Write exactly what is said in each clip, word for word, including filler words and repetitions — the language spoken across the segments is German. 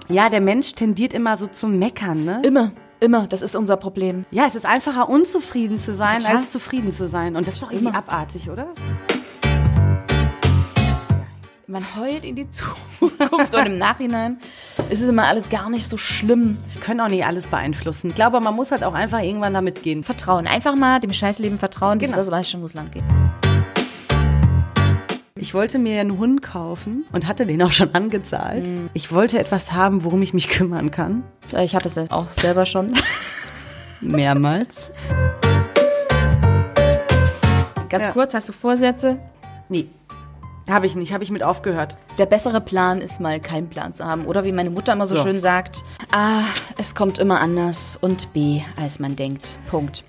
Ja, der Mensch tendiert immer so zum Meckern, ne? Immer, immer. Das ist unser Problem. Ja, es ist einfacher, unzufrieden zu sein, Total. als zufrieden zu sein. Und das ist doch irgendwie Immer. abartig, oder? Man heult in die Zukunft und im Nachhinein ist es immer alles gar nicht so schlimm. Wir können auch nicht alles beeinflussen. Ich glaube, man muss halt auch einfach irgendwann damit gehen. Vertrauen. Einfach mal dem Scheißleben vertrauen. Genau. Das weiß schon, wo es lang geht. Ich wollte mir einen Hund kaufen und hatte den auch schon angezahlt. Mhm. Ich wollte etwas haben, worum ich mich kümmern kann. Ich hatte es auch selber schon. Mehrmals. Ganz Ja. kurz, hast du Vorsätze? Nee, habe ich nicht. Habe ich mit aufgehört. Der bessere Plan ist mal keinen Plan zu haben. Oder wie meine Mutter immer so, So. schön sagt, A, es kommt immer anders und B, als man denkt. Punkt.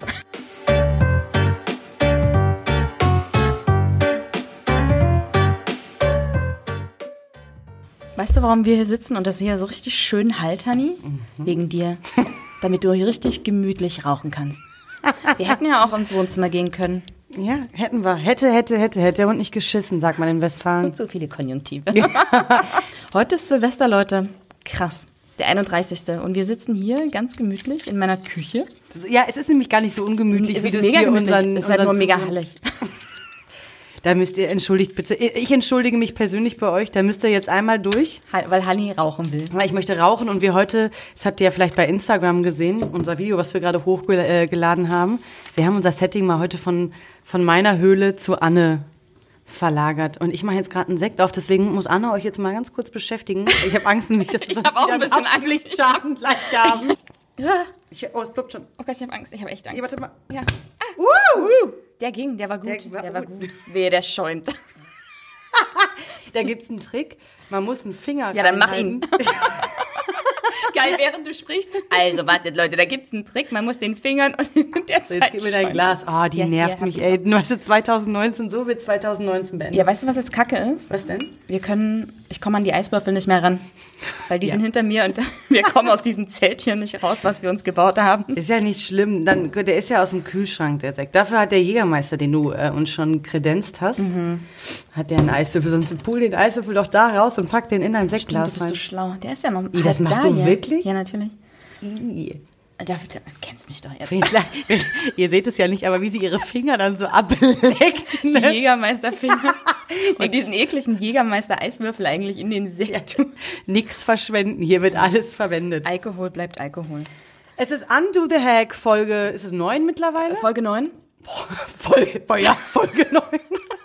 Weißt du, warum wir hier sitzen und das hier so richtig schön halt, Hanni? Mhm. Wegen dir. Damit du hier richtig gemütlich rauchen kannst. Wir hätten ja auch ins Wohnzimmer gehen können. Ja, hätten wir. Hätte, hätte, hätte, hätte der Hund nicht geschissen, sagt man in Westfalen. Und so viele Konjunktive. Heute ist Silvester, Leute. Krass. Der einunddreißigste Und wir sitzen hier ganz gemütlich in meiner Küche. Ja, es ist nämlich gar nicht so ungemütlich, Es wie ist du es mega hier gemütlich. unseren, Es ist halt nur unseren mega Zuhörern- hallig. Da müsst ihr, entschuldigt bitte, ich entschuldige mich persönlich bei euch, da müsst ihr jetzt einmal durch. Weil Hanni rauchen will. Weil ich möchte rauchen und wir heute, das habt ihr ja vielleicht bei Instagram gesehen, unser Video, was wir gerade hochgeladen haben. Wir haben unser Setting mal heute von, von meiner Höhle zu Anne verlagert. Und ich mache jetzt gerade einen Sekt auf, deswegen muss Anne euch jetzt mal ganz kurz beschäftigen. Ich habe Angst nämlich, dass wir Ich sonst hab auch wieder ein bisschen Angst. Pflichtschaden gleich haben. Ja. Ich, oh, es ploppt schon. Oh Gott, ich habe Angst. Ich habe echt Angst. Hier, warte mal. Ja. Ah. Uh. Der ging, der war gut. Der war Der war gut. gut. Wehe, der schäumt. Da gibt's einen Trick. Man muss einen Finger Ja, dann mach reinhalten. ihn. Geil, während du sprichst. Also, wartet, Leute, da gibt's einen Trick. Man muss den Fingern und in der So, Zeit jetzt gib mir dein schäumen. Glas. Oh, die Ja, hier nervt hab mich, ich ey. Weißt du, zwanzig neunzehn, so wird zwanzig neunzehn beenden. Ja, weißt du, was jetzt Kacke ist? Was denn? Wir können, ich komme an die Eiswürfel nicht mehr ran. Weil die Ja. sind hinter mir und wir kommen aus diesem Zelt hier nicht raus, was wir uns gebaut haben. Ist ja nicht schlimm. Dann, der ist ja aus dem Kühlschrank, der Sekt. Dafür hat der Jägermeister, den du äh, uns schon kredenzt hast, Mhm. hat der einen Eiswürfel. Sonst pull den Eiswürfel doch da raus und pack den in ein Stimmt, du Sektglas bist so rein. schlau. Der ist ja noch I, das halb machst da du hier. wirklich? Ja, natürlich. I. Da, du kennst mich doch jetzt. Ihr seht es ja nicht, aber wie sie ihre Finger dann so ableckt. Die Ne? Jägermeisterfinger und diesen ekligen Jägermeister-Eiswürfel eigentlich in den Sekt. Nix verschwenden, hier wird alles verwendet. Alkohol bleibt Alkohol. Es ist Undo the Hack, Folge, ist es neun mittlerweile? Folge neun? Folge, ja, Folge neun.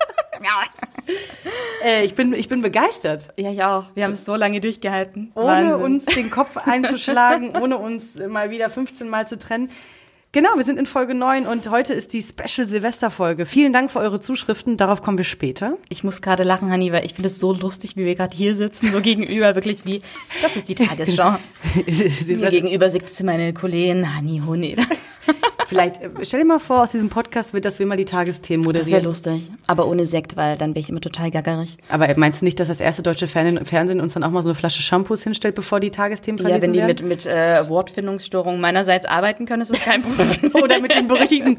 äh, ich, bin, ich bin begeistert. Ja, ich auch. Wir haben es so lange durchgehalten. Ohne Wahnsinn. uns den Kopf einzuschlagen, ohne uns mal wieder fünfzehn Mal zu trennen. Genau, wir sind in Folge neun und heute ist die Special-Silvester-Folge. Vielen Dank für eure Zuschriften, darauf kommen wir später. Ich muss gerade lachen, Hanni, weil ich finde es so lustig, wie wir gerade hier sitzen, so gegenüber, wirklich wie, das ist die Tagesschau. Mir gegenüber sitzt meine Kollegin Hanni Honeder. Vielleicht, äh, stell dir mal vor, aus diesem Podcast wird, dass wir mal die Tagesthemen Das wäre moderieren. lustig, aber ohne Sekt, weil dann bin ich immer total gaggerig. Aber meinst du nicht, dass das erste deutsche Fernsehen, Fernsehen uns dann auch mal so eine Flasche Shampoos hinstellt, bevor die Tagesthemen Ja, verlesen wenn die werden? mit, mit äh, Wortfindungsstörungen meinerseits arbeiten können, ist das kein Problem. Oder mit den berüchtigten...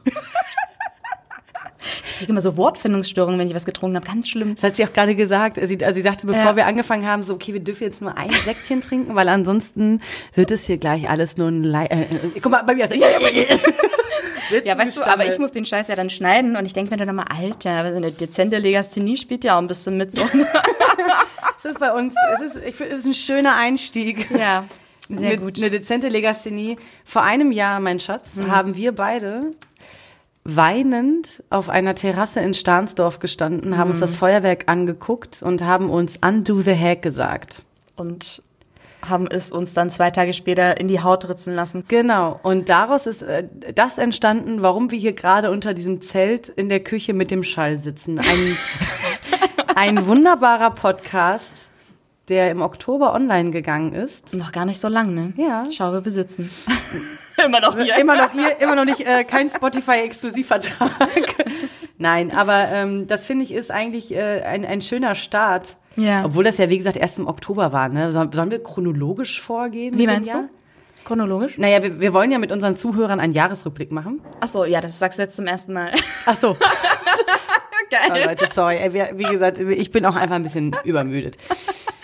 Ich kriege immer so Wortfindungsstörungen, wenn ich was getrunken habe. Ganz schlimm. Das hat sie auch gerade gesagt. Sie, also sie sagte, bevor Ja. wir angefangen haben, so, okay, wir dürfen jetzt nur ein Säckchen trinken, weil ansonsten wird es hier gleich alles nur ein... Le äh, äh, guck mal, bei mir... Ja, weißt du, aber ich muss den Scheiß ja dann schneiden und ich denke mir dann immer, Alter, so eine dezente Legasthenie spielt ja auch ein bisschen mit so. Das ist bei uns, es ist, ich finde, es ist ein schöner Einstieg. Ja, sehr eine, gut. Eine dezente Legasthenie. Vor einem Jahr, mein Schatz, Mhm. haben wir beide weinend auf einer Terrasse in Stahnsdorf gestanden, haben uns das Feuerwerk angeguckt und haben uns Undo the Hack gesagt. Und haben es uns dann zwei Tage später in die Haut ritzen lassen. Genau. Und daraus ist äh, das entstanden, warum wir hier gerade unter diesem Zelt in der Küche mit dem Schall sitzen. Ein, ein wunderbarer Podcast, der im Oktober online gegangen ist. Noch gar nicht so lang, ne? Ja. Schau, wir besitzen. Immer noch hier. Immer noch hier, immer noch nicht, äh, kein Spotify-Exklusivvertrag. Nein, aber ähm, das finde ich ist eigentlich äh, ein, ein schöner Start. Ja. Obwohl das ja, wie gesagt, erst im Oktober war. Ne? Sollen sollen wir chronologisch vorgehen? Wie mit dem meinst Jahr? du? Chronologisch? Naja, wir, wir wollen ja mit unseren Zuhörern einen Jahresrückblick machen. Ach so, ja, das sagst du jetzt zum ersten Mal. Ach so. Geil. Oh, Leute, sorry. Ey, wir, wie gesagt, ich bin auch einfach ein bisschen übermüdet.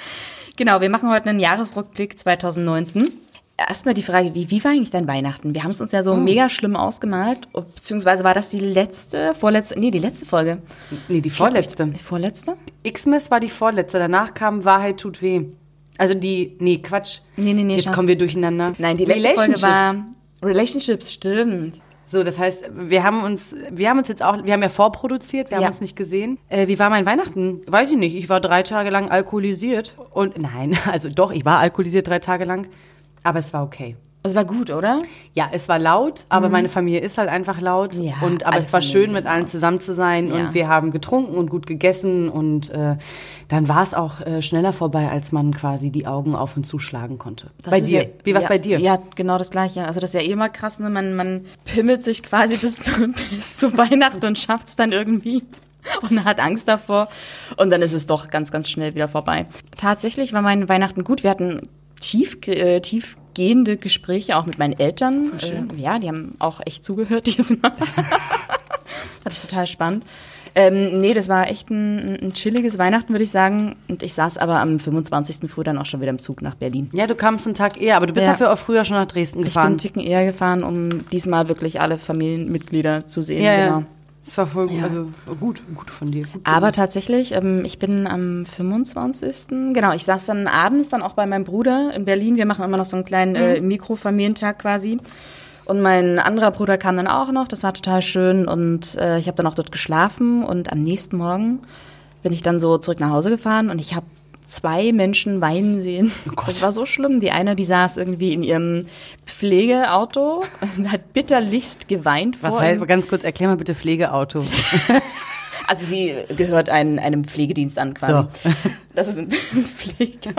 Genau, wir machen heute einen Jahresrückblick zwanzig neunzehn. Erstmal die Frage, wie, wie war eigentlich dein Weihnachten? Wir haben es uns ja so oh. mega schlimm ausgemalt, beziehungsweise war das die letzte, vorletzte, nee, die letzte Folge. Nee, die vorletzte. Die vorletzte? Xmas war die vorletzte, danach kam Wahrheit tut weh. Also die, nee, Quatsch. Nee, nee, nee. Jetzt Schatz. Kommen wir durcheinander. Nein, die letzte Folge war Relationships, stimmt. So, das heißt, wir haben uns, wir haben uns jetzt auch, wir haben ja vorproduziert, wir haben ja. uns nicht gesehen. Äh, wie war mein Weihnachten? Weiß ich nicht. Ich war drei Tage lang alkoholisiert und, nein, also doch, ich war alkoholisiert drei Tage lang. Aber es war okay. Es war gut, oder? Ja, es war laut, aber mhm. meine Familie ist halt einfach laut. Ja, und aber es war schön, mit allen zusammen zu sein. Ja. Und wir haben getrunken und gut gegessen. Und äh, dann war es auch äh, schneller vorbei, als man quasi die Augen auf und zuschlagen konnte. Das bei dir? Ja, Wie war's ja, bei dir? Ja, genau das Gleiche. Also das ist ja eh immer krass, ne? Man, man pimmelt sich quasi bis zu, bis zu Weihnachten und schafft es dann irgendwie. Und hat Angst davor. Und dann ist es doch ganz, ganz schnell wieder vorbei. Tatsächlich war mein Weihnachten gut. Wir hatten tief, äh, tiefgehende Gespräche, auch mit meinen Eltern. Äh, ja, die haben auch echt zugehört diesmal. Fand ich total spannend. Ähm, nee, das war echt ein, ein chilliges Weihnachten, würde ich sagen. Und ich saß aber am fünfundzwanzigsten früh dann auch schon wieder im Zug nach Berlin. Ja, du kamst einen Tag eher, aber du bist ja. dafür auch früher schon nach Dresden gefahren. Ich bin einen Ticken eher gefahren, um diesmal wirklich alle Familienmitglieder zu sehen. Ja, genau. Ja. Das war voll gut, ja. also gut, gut von dir. Gut Aber tatsächlich, ähm, ich bin am fünfundzwanzigsten Genau, ich saß dann abends dann auch bei meinem Bruder in Berlin. Wir machen immer noch so einen kleinen äh, Mikrofamilientag quasi. Und mein anderer Bruder kam dann auch noch. Das war total schön. Und äh, ich habe dann auch dort geschlafen. Und am nächsten Morgen bin ich dann so zurück nach Hause gefahren. Und ich habe zwei Menschen weinen sehen. Oh, das war so schlimm. Die eine, die saß irgendwie in ihrem Pflegeauto und hat bitterlichst geweint. Was vor heißt, ganz kurz, erklär mal bitte Pflegeauto. Also sie gehört ein, einem Pflegedienst an quasi. So. Das ist ein Pfleger.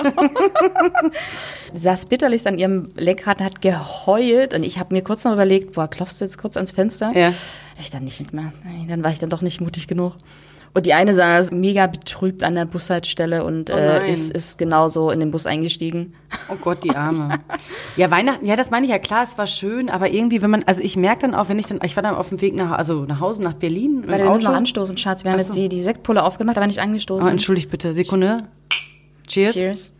Sie saß bitterlichst an ihrem Lenkrad und hat geheult. Und ich habe mir kurz noch überlegt, boah, klopfst du jetzt kurz ans Fenster? Ja. Ich dann nicht mehr. Dann war ich dann doch nicht mutig genug. Und die eine saß mega betrübt an der Bushaltestelle und oh äh, ist, ist genauso in den Bus eingestiegen. Oh Gott, die Arme. Ja, Weihnachten, ja, das meine ich ja, klar, es war schön, aber irgendwie, wenn man, also ich merke dann auch, wenn ich dann, ich war dann auf dem Weg nach, also nach Hause, nach Berlin. Weil wir müssen noch anstoßen, Schatz. Wir haben jetzt die, die Sektpulle aufgemacht, aber nicht angestoßen. Oh, entschuldigt bitte, Sekunde. Cheers. Cheers.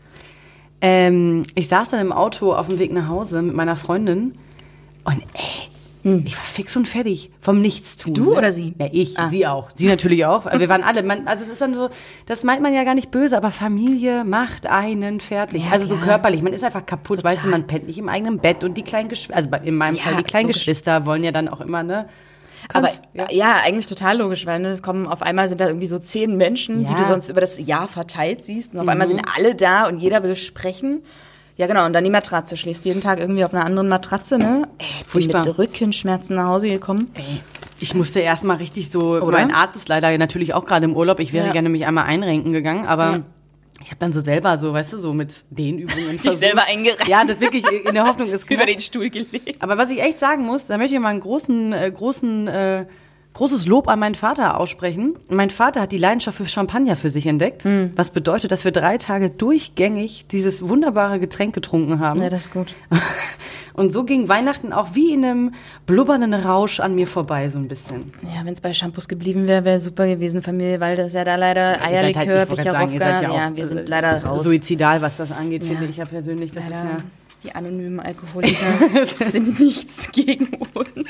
Ähm, ich saß dann im Auto auf dem Weg nach Hause mit meiner Freundin und ey, Hm. ich war fix und fertig vom Nichtstun. Du ne? oder sie? Ja, ich, ah. sie auch. Sie natürlich auch. Wir waren alle, man, also es ist dann so, das meint man ja gar nicht böse, aber Familie macht einen fertig. Ja, also klar. So körperlich, man ist einfach kaputt, Total. Weißt du, man pennt nicht im eigenen Bett und die kleinen Geschwister, also in meinem ja, Fall die kleinen logisch. Geschwister wollen ja dann auch immer, ne? Aber ja. ja, eigentlich total logisch, weil ne, es kommen auf einmal sind da irgendwie so zehn Menschen, ja. die du sonst über das Jahr verteilt siehst und auf mhm. einmal sind alle da und jeder will sprechen. Ja, genau, und dann die Matratze. Schläfst jeden Tag irgendwie auf einer anderen Matratze, ne? Ey, bin mit Rückenschmerzen nach Hause gekommen. Ey, ich musste erst mal richtig so, Oder? Mein Arzt ist leider natürlich auch gerade im Urlaub. Ich wäre ja. gerne mich einmal einrenken gegangen, aber ja. ich habe dann so selber so, weißt du, so mit den Übungen Dich selber eingerenkt. Ja, das wirklich in der Hoffnung ist über den Stuhl gelegt. Aber was ich echt sagen muss, da möchte ich mal einen großen, äh, großen, äh, großes Lob an meinen Vater aussprechen. Mein Vater hat die Leidenschaft für Champagner für sich entdeckt, mhm. was bedeutet, dass wir drei Tage durchgängig dieses wunderbare Getränk getrunken haben. Ja, das ist gut. Und so ging Weihnachten auch wie in einem blubbernden Rausch an mir vorbei, so ein bisschen. Ja, wenn es bei Shampoos geblieben wäre, wäre super gewesen, Familie, weil das ist ja da leider ja, Eierlikör, halt, Picharovka. Ja, ja, wir sind leider raus. Suizidal, was das angeht, ja. finde ich ja persönlich. Das leider. ist ja Die anonymen Alkoholiker sind nichts gegen uns.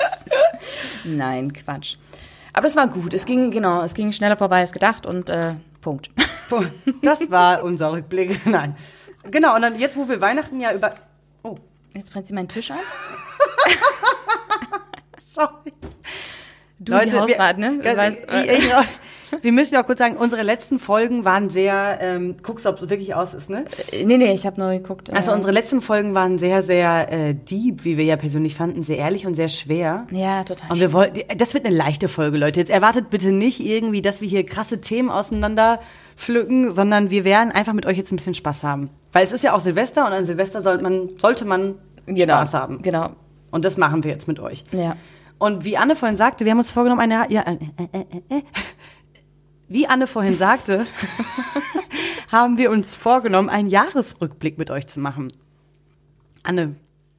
Nein, Quatsch. Aber es war gut. Es ging, genau, es ging schneller vorbei als gedacht und äh, Punkt. Das war unser Rückblick. Nein. Genau, und dann jetzt, wo wir Weihnachten ja über... Oh. Jetzt brennt sie meinen Tisch an. Sorry. Du, Leute, die Hausrat, ne? Wir, weißt, ich, ich, wir müssen ja auch kurz sagen, unsere letzten Folgen waren sehr, ähm, guckst du, ob es wirklich aus ist, ne? Nee, nee, ich habe nur geguckt. Also äh, unsere letzten Folgen waren sehr, sehr äh, deep, wie wir ja persönlich fanden, sehr ehrlich und sehr schwer. Ja, total. Und wir wollten, das wird eine leichte Folge, Leute. Jetzt erwartet bitte nicht irgendwie, dass wir hier krasse Themen auseinander pflücken, sondern wir werden einfach mit euch jetzt ein bisschen Spaß haben. Weil es ist ja auch Silvester und an Silvester sollte man, sollte man genau, Spaß haben. Genau. Und das machen wir jetzt mit euch. Ja. Und wie Anne vorhin sagte, wir haben uns vorgenommen, eine, ja, äh, äh, äh, äh. Wie Anne vorhin sagte, haben wir uns vorgenommen, einen Jahresrückblick mit euch zu machen. Anne.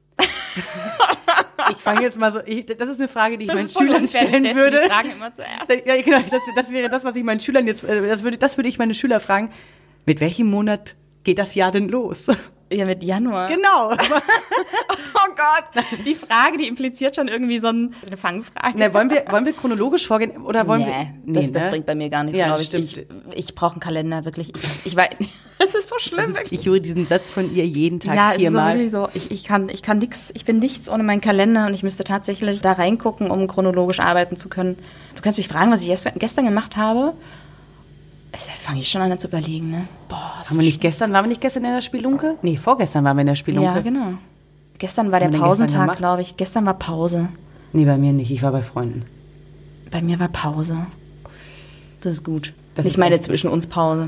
Ich fange jetzt mal so, ich, das ist eine Frage, die ich das meinen Schülern stellen würde. Die fragen immer zuerst. Ja, genau, das, das wäre das, was ich meinen Schülern jetzt, das würde, das würde ich meine Schüler fragen. Mit welchem Monat geht das Jahr denn los? Ja, mit Januar. Genau. Oh Gott, die Frage, die impliziert schon irgendwie so eine Fangfrage. Na, wollen wir, wollen wir chronologisch vorgehen oder wollen nee, wir? Nee, das, das ne? bringt bei mir gar nichts, Ja, glaube ich. stimmt. Ich, ich brauche einen Kalender, wirklich. Ich, ich weiß, es ist so schlimm. Ich höre diesen Satz von ihr jeden Tag ja, viermal. es ist so wirklich so. Ich, ich kann, ich kann nix, ich bin nichts ohne meinen Kalender und ich müsste tatsächlich da reingucken, um chronologisch arbeiten zu können. Du kannst mich fragen, was ich gestern, gestern gemacht habe. Da fange ich schon an zu überlegen, ne? Boah, Haben wir nicht gestern, waren wir nicht gestern in der Spielunke? Nee, vorgestern waren wir in der Spielunke. Ja, genau. Gestern war Was haben der wir denn gestern Pausentag, gemacht? glaube ich. Gestern war Pause. Nee, bei mir nicht. Ich war bei Freunden. Bei mir war Pause. Das ist gut. Das ich ist meine echt zwischen uns Pause.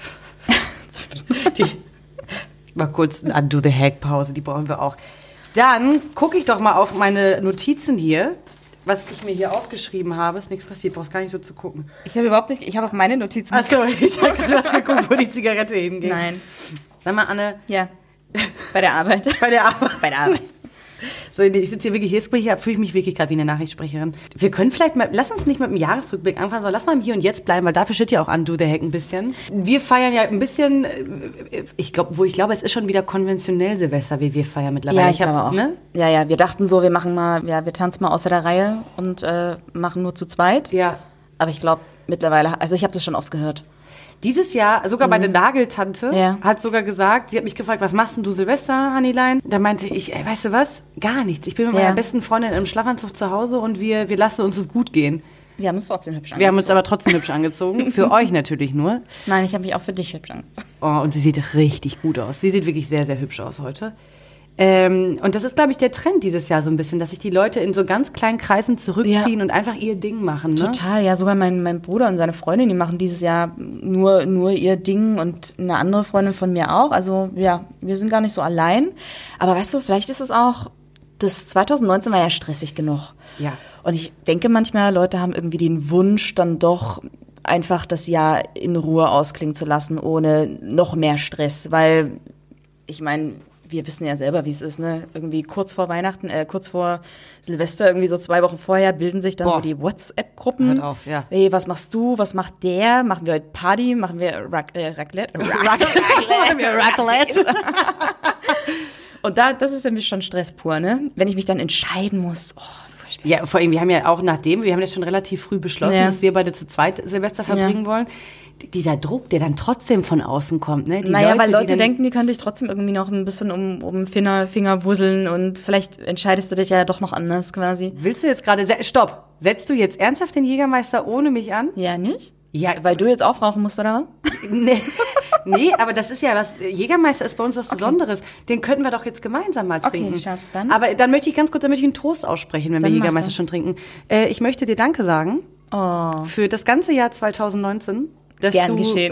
Die, mal kurz eine Undo the Hack Pause, die brauchen wir auch. Dann gucke ich doch mal auf meine Notizen hier, was ich mir hier aufgeschrieben habe. Ist nichts passiert, brauchst gar nicht so zu gucken. Ich habe überhaupt nicht, ich habe auf meine Notizen. Achso, ich dachte, du hast geguckt, wo die Zigarette hingeht. Nein. Sag mal, Anne. Ja. Bei der Arbeit. Bei der Arbeit. Bei der Arbeit. So, ich sitze hier wirklich, jetzt fühle ich mich wirklich gerade wie eine Nachrichtensprecherin. Wir können vielleicht mal, lass uns nicht mit einem Jahresrückblick anfangen, sondern lass mal im Hier und Jetzt bleiben, weil dafür steht ja auch Undo the Hack ein bisschen. Wir feiern ja ein bisschen, ich glaube, wo ich glaube, es ist schon wieder konventionell Silvester, wie wir feiern mittlerweile. Ja, ich, ich glaube hab, auch. Ne? Ja, ja, wir dachten so, wir machen mal, ja, wir tanzen mal außer der Reihe und äh, machen nur zu zweit. Ja. Aber ich glaube, mittlerweile, also ich habe das schon oft gehört. Dieses Jahr, sogar meine Nageltante Ja. hat sogar gesagt, sie hat mich gefragt, was machst denn du Silvester, Hannilein? Da meinte ich, ey, weißt du was? Gar nichts. Ich bin mit Ja. meiner besten Freundin im Schlafanzug zu Hause und wir, wir lassen uns es gut gehen. Wir haben uns trotzdem hübsch angezogen. Wir haben uns aber trotzdem hübsch angezogen. Für euch natürlich nur. Nein, ich habe mich auch für dich hübsch angezogen. Oh, und sie sieht richtig gut aus. Sie sieht wirklich sehr, sehr hübsch aus heute. Ähm, und das ist, glaube ich, der Trend dieses Jahr so ein bisschen, dass sich die Leute in so ganz kleinen Kreisen zurückziehen Ja. und einfach ihr Ding machen. Ne? Total, ja, sogar mein, mein Bruder und seine Freundin, die machen dieses Jahr nur, nur ihr Ding und eine andere Freundin von mir auch. Also ja, wir sind gar nicht so allein. Aber weißt du, vielleicht ist es auch, das zwanzig neunzehn war ja stressig genug. Ja. Und ich denke manchmal, Leute haben irgendwie den Wunsch, dann doch einfach das Jahr in Ruhe ausklingen zu lassen, ohne noch mehr Stress. Weil, ich meine, wir wissen ja selber, wie es ist, ne? Irgendwie kurz vor Weihnachten, äh, kurz vor Silvester, irgendwie so zwei Wochen vorher, bilden sich dann Boah. so die WhatsApp-Gruppen. Hört auf, ja. Hey, was machst du? Was macht der? Machen wir heute Party? Machen wir Rac äh, Raclette? Raclette. Und da, das ist für mich schon Stress pur, ne? Wenn ich mich dann entscheiden muss. Oh, furchtbar. Ja, vor allem, wir haben ja auch nachdem, wir haben jetzt schon relativ früh beschlossen, Ja. dass wir beide zu zweit Silvester verbringen wollen. Dieser Druck, der dann trotzdem von außen kommt, ne? Die Naja, weil die Leute dann, denken, die können dich trotzdem irgendwie noch ein bisschen um, um Finger, Finger wusseln und vielleicht entscheidest du dich ja doch noch anders quasi. Willst du jetzt gerade, se- stopp, setzt du jetzt ernsthaft den Jägermeister ohne mich an? Ja, nicht? Ja, Weil du jetzt aufrauchen musst, oder was? nee, nee, aber das ist ja was, Jägermeister ist bei uns was Besonderes. Den könnten wir doch jetzt gemeinsam mal Okay, trinken. Schatz, dann. Aber dann möchte ich ganz kurz, dann möchte ich einen Toast aussprechen, wenn Dann wir mach Jägermeister das. schon trinken. Äh, ich möchte dir Danke sagen Oh, für das ganze Jahr zwanzig neunzehn. Dass gern du, geschehen.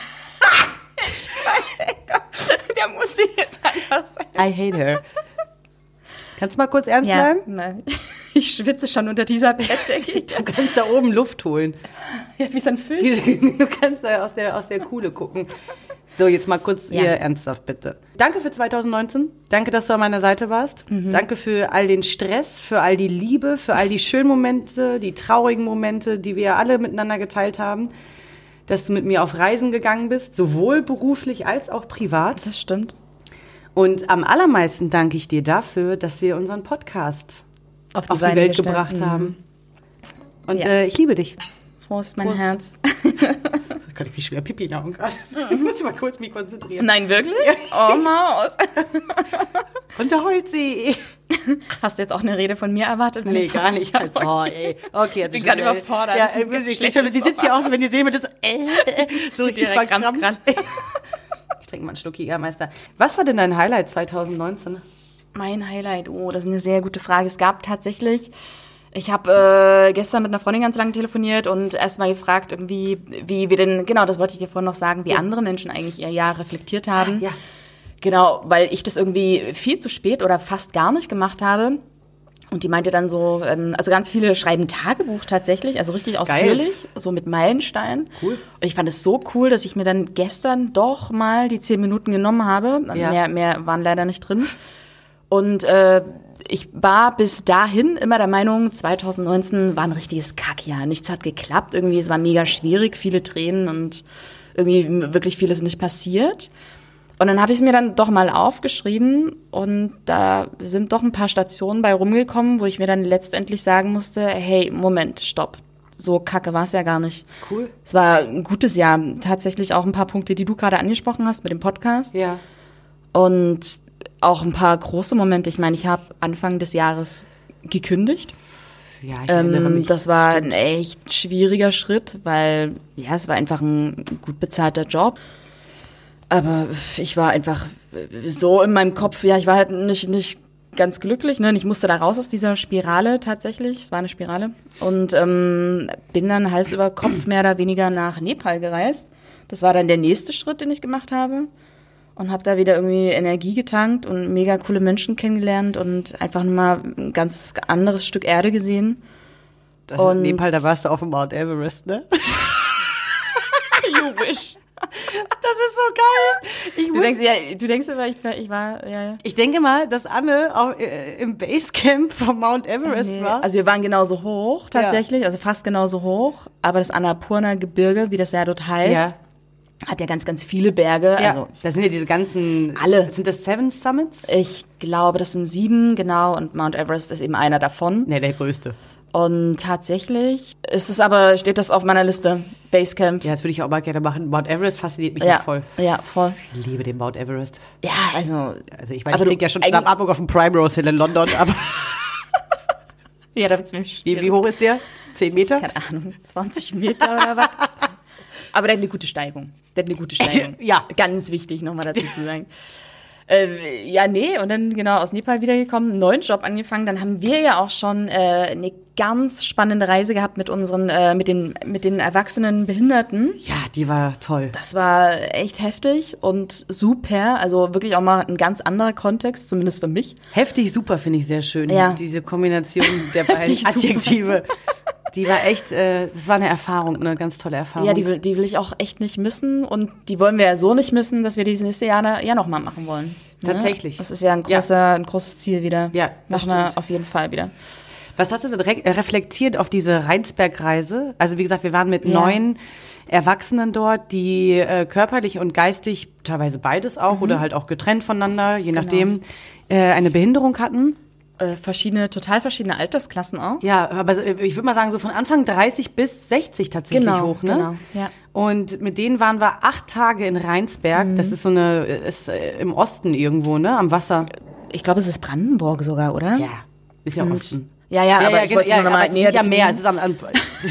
Der musste jetzt einfach sein. I hate her. Kannst du mal kurz ernst Ja, bleiben? nein. Ich schwitze schon unter dieser Bettdecke. Du kannst da oben Luft holen. Ja, wie so ein Fisch. Du kannst da aus der, aus der Kuhle gucken. So, jetzt mal kurz Ja. hier ernsthaft, bitte. Danke für zwanzig neunzehn. Danke, dass du an meiner Seite warst. Mhm. Danke für all den Stress, für all die Liebe, für all die schönen Momente, die traurigen Momente, die wir alle miteinander geteilt haben. Dass du mit mir auf Reisen gegangen bist, sowohl beruflich als auch privat. Das stimmt. Und am allermeisten danke ich dir dafür, dass wir unseren Podcast Auf auf die Beine Welt gestellt. gebracht Mhm. haben. Und Ja. äh, ich liebe dich. Prost, mein Prost. Herz. Da kann ich mich schwer Pipi in die Augen gerade. Ich muss mal kurz mich konzentrieren. Nein, wirklich? Oh, Maus. Und da heult sie. Hast du jetzt auch eine Rede von mir erwartet? Nee, gar nicht. Also, oh, ey. Okay, jetzt bin schon, gerade äh, überfordert. Ja, Ich äh, bin sie, schlecht sie, sie sitzt hier aus, wenn ihr sehen würdet, so, äh, so richtig Direkt verkrampft. Krampf Ich trinke mal einen Schluck Jägermeister. Was war denn dein Highlight zwanzig neunzehn? Mein Highlight, oh, das ist eine sehr gute Frage. Es gab tatsächlich, ich habe äh, gestern mit einer Freundin ganz lange telefoniert und erst mal gefragt, irgendwie, wie wir denn, genau, das wollte ich dir vorhin noch sagen, wie andere Menschen eigentlich ihr Jahr reflektiert haben. Ja. Genau, weil ich das irgendwie viel zu spät oder fast gar nicht gemacht habe. Und die meinte dann so, ähm, also ganz viele schreiben Tagebuch tatsächlich, also richtig ausführlich, so mit Meilensteinen. Cool. Und ich fand es so cool, dass ich mir dann gestern doch mal die zehn Minuten genommen habe. Ja. Mehr, mehr waren leider nicht drin. Und äh, ich war bis dahin immer der Meinung, zwanzig neunzehn war ein richtiges Kackjahr. Nichts hat geklappt, irgendwie, es war mega schwierig, viele Tränen und irgendwie wirklich vieles nicht passiert. Und dann habe ich es mir dann doch mal aufgeschrieben und da sind doch ein paar Stationen bei rumgekommen, wo ich mir dann letztendlich sagen musste, hey, Moment, stopp. So kacke war es ja gar nicht. Cool. Es war ein gutes Jahr. Tatsächlich auch ein paar Punkte, die du gerade angesprochen hast mit dem Podcast. Ja. Und auch ein paar große Momente. Ich meine, ich habe Anfang des Jahres gekündigt. Ja, ich erinnere Ähm, mich. das war Stimmt. ein echt schwieriger Schritt, weil ja, es war einfach ein gut bezahlter Job. Aber ich war einfach so in meinem Kopf, ja, ich war halt nicht, nicht ganz glücklich, ne? Und ich musste da raus aus dieser Spirale tatsächlich. Es war eine Spirale. Und ähm, bin dann Hals über Kopf mehr oder weniger nach Nepal gereist. Das war dann der nächste Schritt, den ich gemacht habe. Und habe da wieder irgendwie Energie getankt und mega coole Menschen kennengelernt und einfach mal ein ganz anderes Stück Erde gesehen. Das und- in Nepal, da warst du auf dem Mount Everest, ne? You wish. Das ist so geil. Ich, Du muss, denkst, ja, du denkst aber, ich war, ich war, ja, ja. ich denke mal, dass Anne auch, äh, im Basecamp vom Mount Everest Nee. war. Also wir waren genauso hoch tatsächlich, also fast genauso hoch, aber das Annapurna-Gebirge, wie das ja dort heißt, Ja. hat ja ganz, ganz viele Berge. Ja, Also das sind ja diese ganzen... Alle. Sind das Seven Summits? ich glaube, das sind sieben, genau, und Mount Everest ist eben einer davon. Ne, der größte. Und tatsächlich ist es aber, steht das auf meiner Liste, Basecamp. Ja, das würde ich auch mal gerne machen. Mount Everest fasziniert mich ja, auch voll. ja, voll. Ich liebe den Mount Everest. Ja, also, Also ich meine, Aber ich du- krieg ja schon eigentlich- Schnappatmung auf dem Primrose Hill in London, aber ja, da wird's mir wie, schwierig. wie hoch ist der? Zehn Meter? Keine Ahnung, zwanzig Meter oder was. Aber der hat eine gute Steigung. Der hat eine gute Steigung. Ja. Ganz wichtig, nochmal dazu zu sagen. Ähm, ja, nee, und dann genau aus Nepal wiedergekommen, einen neuen Job angefangen. Dann haben wir ja auch schon äh, eine ganz spannende Reise gehabt mit unseren, äh, mit den, mit den erwachsenen Behinderten. Ja, die war toll. Das war echt heftig und super. Also wirklich auch mal ein ganz anderer Kontext, zumindest für mich. Heftig super finde ich sehr schön. Ja. Diese Kombination der beiden Heftig super. Adjektive. Die war echt, äh, das war eine Erfahrung, eine ganz tolle Erfahrung. Ja, die will, die will ich auch echt nicht missen und die wollen wir ja so nicht missen, dass wir dieses nächste Jahr ja nochmal machen wollen. Ne? Tatsächlich. Das ist ja ein, großer, ein großes Ziel wieder. Ja, das machen wir stimmt. auf jeden Fall wieder. Was hast du so direkt reflektiert auf diese Rheinsbergreise? Also wie gesagt, wir waren mit Ja. neun Erwachsenen dort, die äh, körperlich und geistig, teilweise beides auch, oder halt auch getrennt voneinander, je nachdem, äh, eine Behinderung hatten. Äh, verschiedene, total verschiedene Altersklassen auch. Ja, aber ich würde mal sagen, so von Anfang dreißig bis sechzig tatsächlich Genau, hoch, ne? genau, ja. Und mit denen waren wir acht Tage in Rheinsberg. Mhm. Das ist so eine, ist äh, im Osten irgendwo, ne? Am Wasser. Ich glaube, es ist Brandenburg sogar, oder? Ja, ist ja Und- Osten. Ja, ja, aber ich genau, wollte es nur noch aber mal es näher ist ja mehr. Es definieren. ist am, am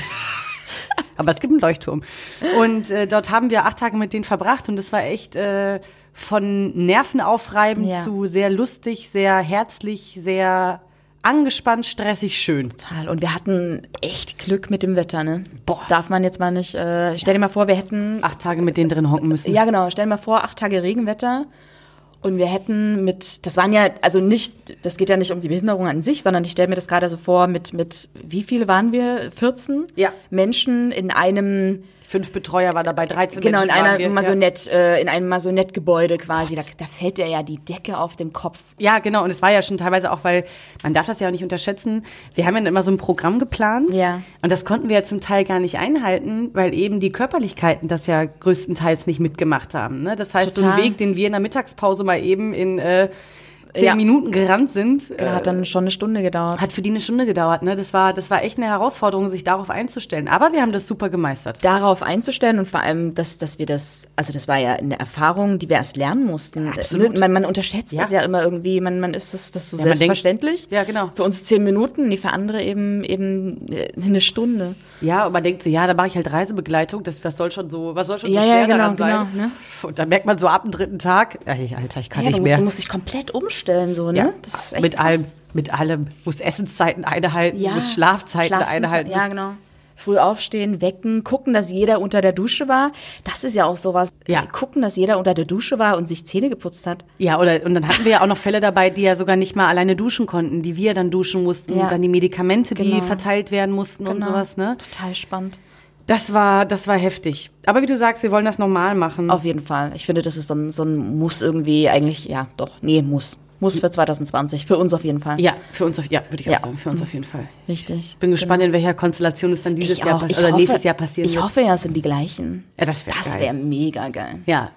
aber es gibt einen Leuchtturm. Und äh, dort haben wir acht Tage mit denen verbracht und es war echt äh, von nervenaufreibend Ja. zu sehr lustig, sehr herzlich, sehr angespannt, stressig, schön. Total. Und wir hatten echt Glück mit dem Wetter, ne? Boah. Darf man jetzt mal nicht, äh, stell dir mal vor, wir hätten Acht Tage mit denen drin hocken müssen. Ja, genau. Stell dir mal vor, acht Tage Regenwetter. Und wir hätten mit, das waren ja, also nicht, das geht ja nicht um die Behinderung an sich, sondern ich stelle mir das gerade so vor, mit, mit, wie viele waren wir? vierzehn Ja. Menschen in einem, Fünf Betreuer war dabei, dreizehn genau, in Menschen waren einer wir. Masonett, äh, in einem Masonettgebäude quasi. Da, da fällt dir ja die Decke auf dem Kopf. Ja, genau. Und es war ja schon teilweise auch, weil man darf das ja auch nicht unterschätzen. Wir haben ja immer so ein Programm geplant. Ja. Und das konnten wir ja zum Teil gar nicht einhalten, weil eben die Körperlichkeiten das ja größtenteils nicht mitgemacht haben. Ne? Das heißt, so Total. ein Weg, den wir in der Mittagspause mal eben in äh, zehn Ja. Minuten gerannt sind, Genau, hat dann schon eine Stunde gedauert. hat für die eine Stunde gedauert. Ne? Das war, das war echt eine Herausforderung, sich darauf einzustellen. Aber wir haben das super gemeistert. Darauf einzustellen und vor allem, dass, dass wir das, also das war ja eine Erfahrung, die wir erst lernen mussten. Absolut. Man, man unterschätzt Ja. das ja immer irgendwie, man, man ist das, das so Ja, man denkt- selbstverständlich. Ja, genau. Für uns zehn Minuten, die für andere eben, eben äh, eine Stunde. Ja, und man denkt so, ja, da mache ich halt Reisebegleitung, das, was soll schon so, was soll schon Ja, so ja, schwer genau, daran sein? genau, ne? Und dann merkt man so ab dem dritten Tag, ey, Alter, ich kann Ja, nicht du musst, mehr. du musst dich komplett umstellen, so, ne? Ja, Das ist echt mit krass. allem, mit allem. Muss Essenszeiten einhalten, Ja, muss Schlafzeiten Schlafenze- einhalten. Ja, genau. Früh aufstehen, wecken, gucken, dass jeder unter der Dusche war. Das ist ja auch sowas. Ja. Gucken, dass jeder unter der Dusche war und sich Zähne geputzt hat. Ja, oder, und dann hatten wir ja auch noch Fälle dabei, die ja sogar nicht mal alleine duschen konnten, die wir dann duschen mussten, Ja. und dann die Medikamente, die Genau. verteilt werden mussten und Genau. sowas, ne? Total spannend. Das war, das war heftig. Aber wie du sagst, wir wollen das normal machen. Auf jeden Fall. Ich finde, das ist so ein, so ein Muss irgendwie eigentlich, ja, doch, nee, Muss. Muss für zwanzig zwanzig. Für uns auf jeden Fall. Ja, für uns auf, ja, würde ich auch Ja. sagen, für uns auf jeden Fall. Richtig. Bin gespannt, in welcher Konstellation es dann dieses Ich Jahr auch. pass- Ich oder hoffe, nächstes Jahr passieren Ich wird. hoffe ja, es sind die gleichen. Ja, das wäre Das geil. wäre mega geil. Ja.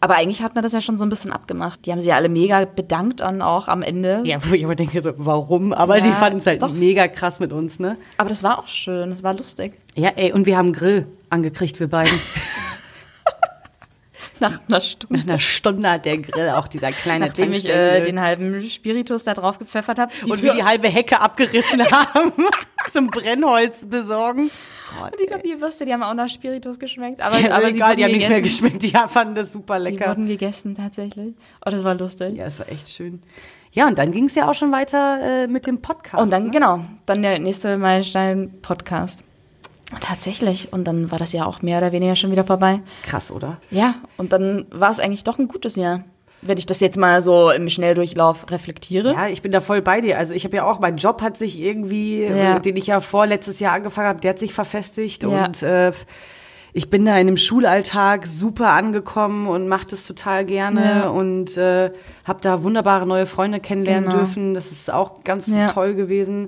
Aber eigentlich hat man das ja schon so ein bisschen abgemacht. Die haben sich ja alle mega bedankt dann auch am Ende. Ja, wo ich immer denke, so, warum? Aber Ja, die fanden es halt doch. mega krass mit uns, ne? Aber das war auch schön, das war lustig. Ja, ey, und wir haben einen Grill angekriegt, wir beiden. Nach einer Stunde. Nach einer Stunde hat der Grill auch dieser kleine Nachdem ich äh, Tankstellen-Grill. den halben Spiritus da drauf gepfeffert habe. Und wir die halbe Hecke abgerissen haben zum Brennholz besorgen. Gott, Und ich glaube, die Würste, die haben auch nach Spiritus geschmeckt. Aber, aber, aber aber sie egal, wurden die haben nichts mehr gegessen. geschmeckt. Die fanden das super Die lecker. wurden gegessen, tatsächlich. Oh, das war lustig. Ja, es war echt schön. Ja, und dann ging es ja auch schon weiter äh, mit dem Podcast. Und dann, ne? genau, dann der nächste Meilenstein Podcast. Tatsächlich. Und dann war das Jahr auch mehr oder weniger schon wieder vorbei. Krass, oder? Ja, und dann war es eigentlich doch ein gutes Jahr. Wenn ich das jetzt mal so im Schnelldurchlauf reflektiere. Ja, ich bin da voll bei dir. Also ich habe ja auch, mein Job hat sich irgendwie, Ja. äh, den ich ja vorletztes Jahr angefangen habe, der hat sich verfestigt. Ja. Und äh, ich bin da in dem Schulalltag super angekommen und mache das total gerne. Ja. Und äh, habe da wunderbare neue Freunde kennenlernen Genau. dürfen. Das ist auch ganz Ja. toll gewesen.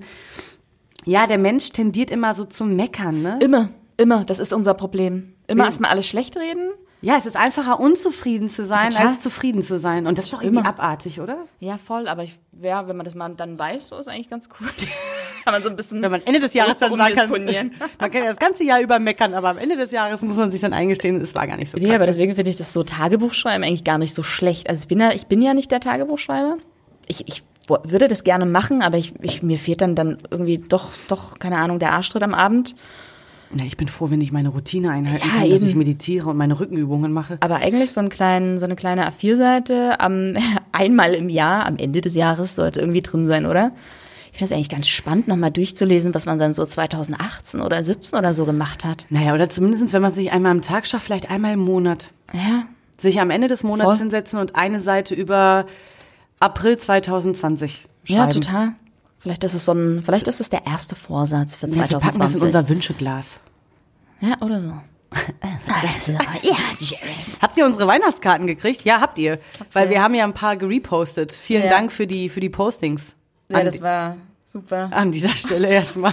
Ja, der Mensch tendiert immer so zum Meckern, ne? Immer, immer, das ist unser Problem. Immer Ja. erstmal alles schlecht reden. Ja, es ist einfacher, unzufrieden zu sein, Total. als zufrieden zu sein. Und das ist doch irgendwie Immer. abartig, oder? Ja, voll, aber ich, ja, wenn man das mal dann weiß, so ist eigentlich ganz cool. Kann man so ein bisschen Wenn man Ende des Jahres dann sagen kann, umdisponieren. man kann ja das ganze Jahr über meckern, aber am Ende des Jahres muss man sich dann eingestehen, es war gar nicht so Nee, kacke. aber deswegen finde ich das so Tagebuchschreiben eigentlich gar nicht so schlecht. Also ich bin ja, ich bin ja nicht der Tagebuchschreiber. Ich, ich wo- würde das gerne machen, aber ich, ich, mir fehlt dann dann irgendwie doch, doch, keine Ahnung, der Arschtritt am Abend. Na, ich bin froh, wenn ich meine Routine einhalten Ja, kann, dass eben. ich meditiere und meine Rückenübungen mache. Aber eigentlich so, einen kleinen, so eine kleine A vier Seite am, einmal im Jahr, am Ende des Jahres sollte irgendwie drin sein, oder? Ich finde das eigentlich ganz spannend, nochmal durchzulesen, was man dann so zweitausendachtzehn oder siebzehn oder so gemacht hat. Naja, oder zumindest, wenn man es nicht einmal am Tag schafft, vielleicht einmal im Monat. Ja, Sich am Ende des Monats Voll. hinsetzen und eine Seite über April zwanzig zwanzig schreiben. ja, total. Vielleicht ist es so ein, vielleicht ist es der erste Vorsatz für Ja, wir packen das in zweitausendzwanzig. unser Wünscheglas. Ja, oder so. Also, ja, Habt ihr unsere Weihnachtskarten gekriegt? Ja, habt ihr. Weil wir haben ja ein paar gerepostet. Vielen Ja. Dank für die, für die Postings. ja, An- das war super. An dieser Stelle erstmal.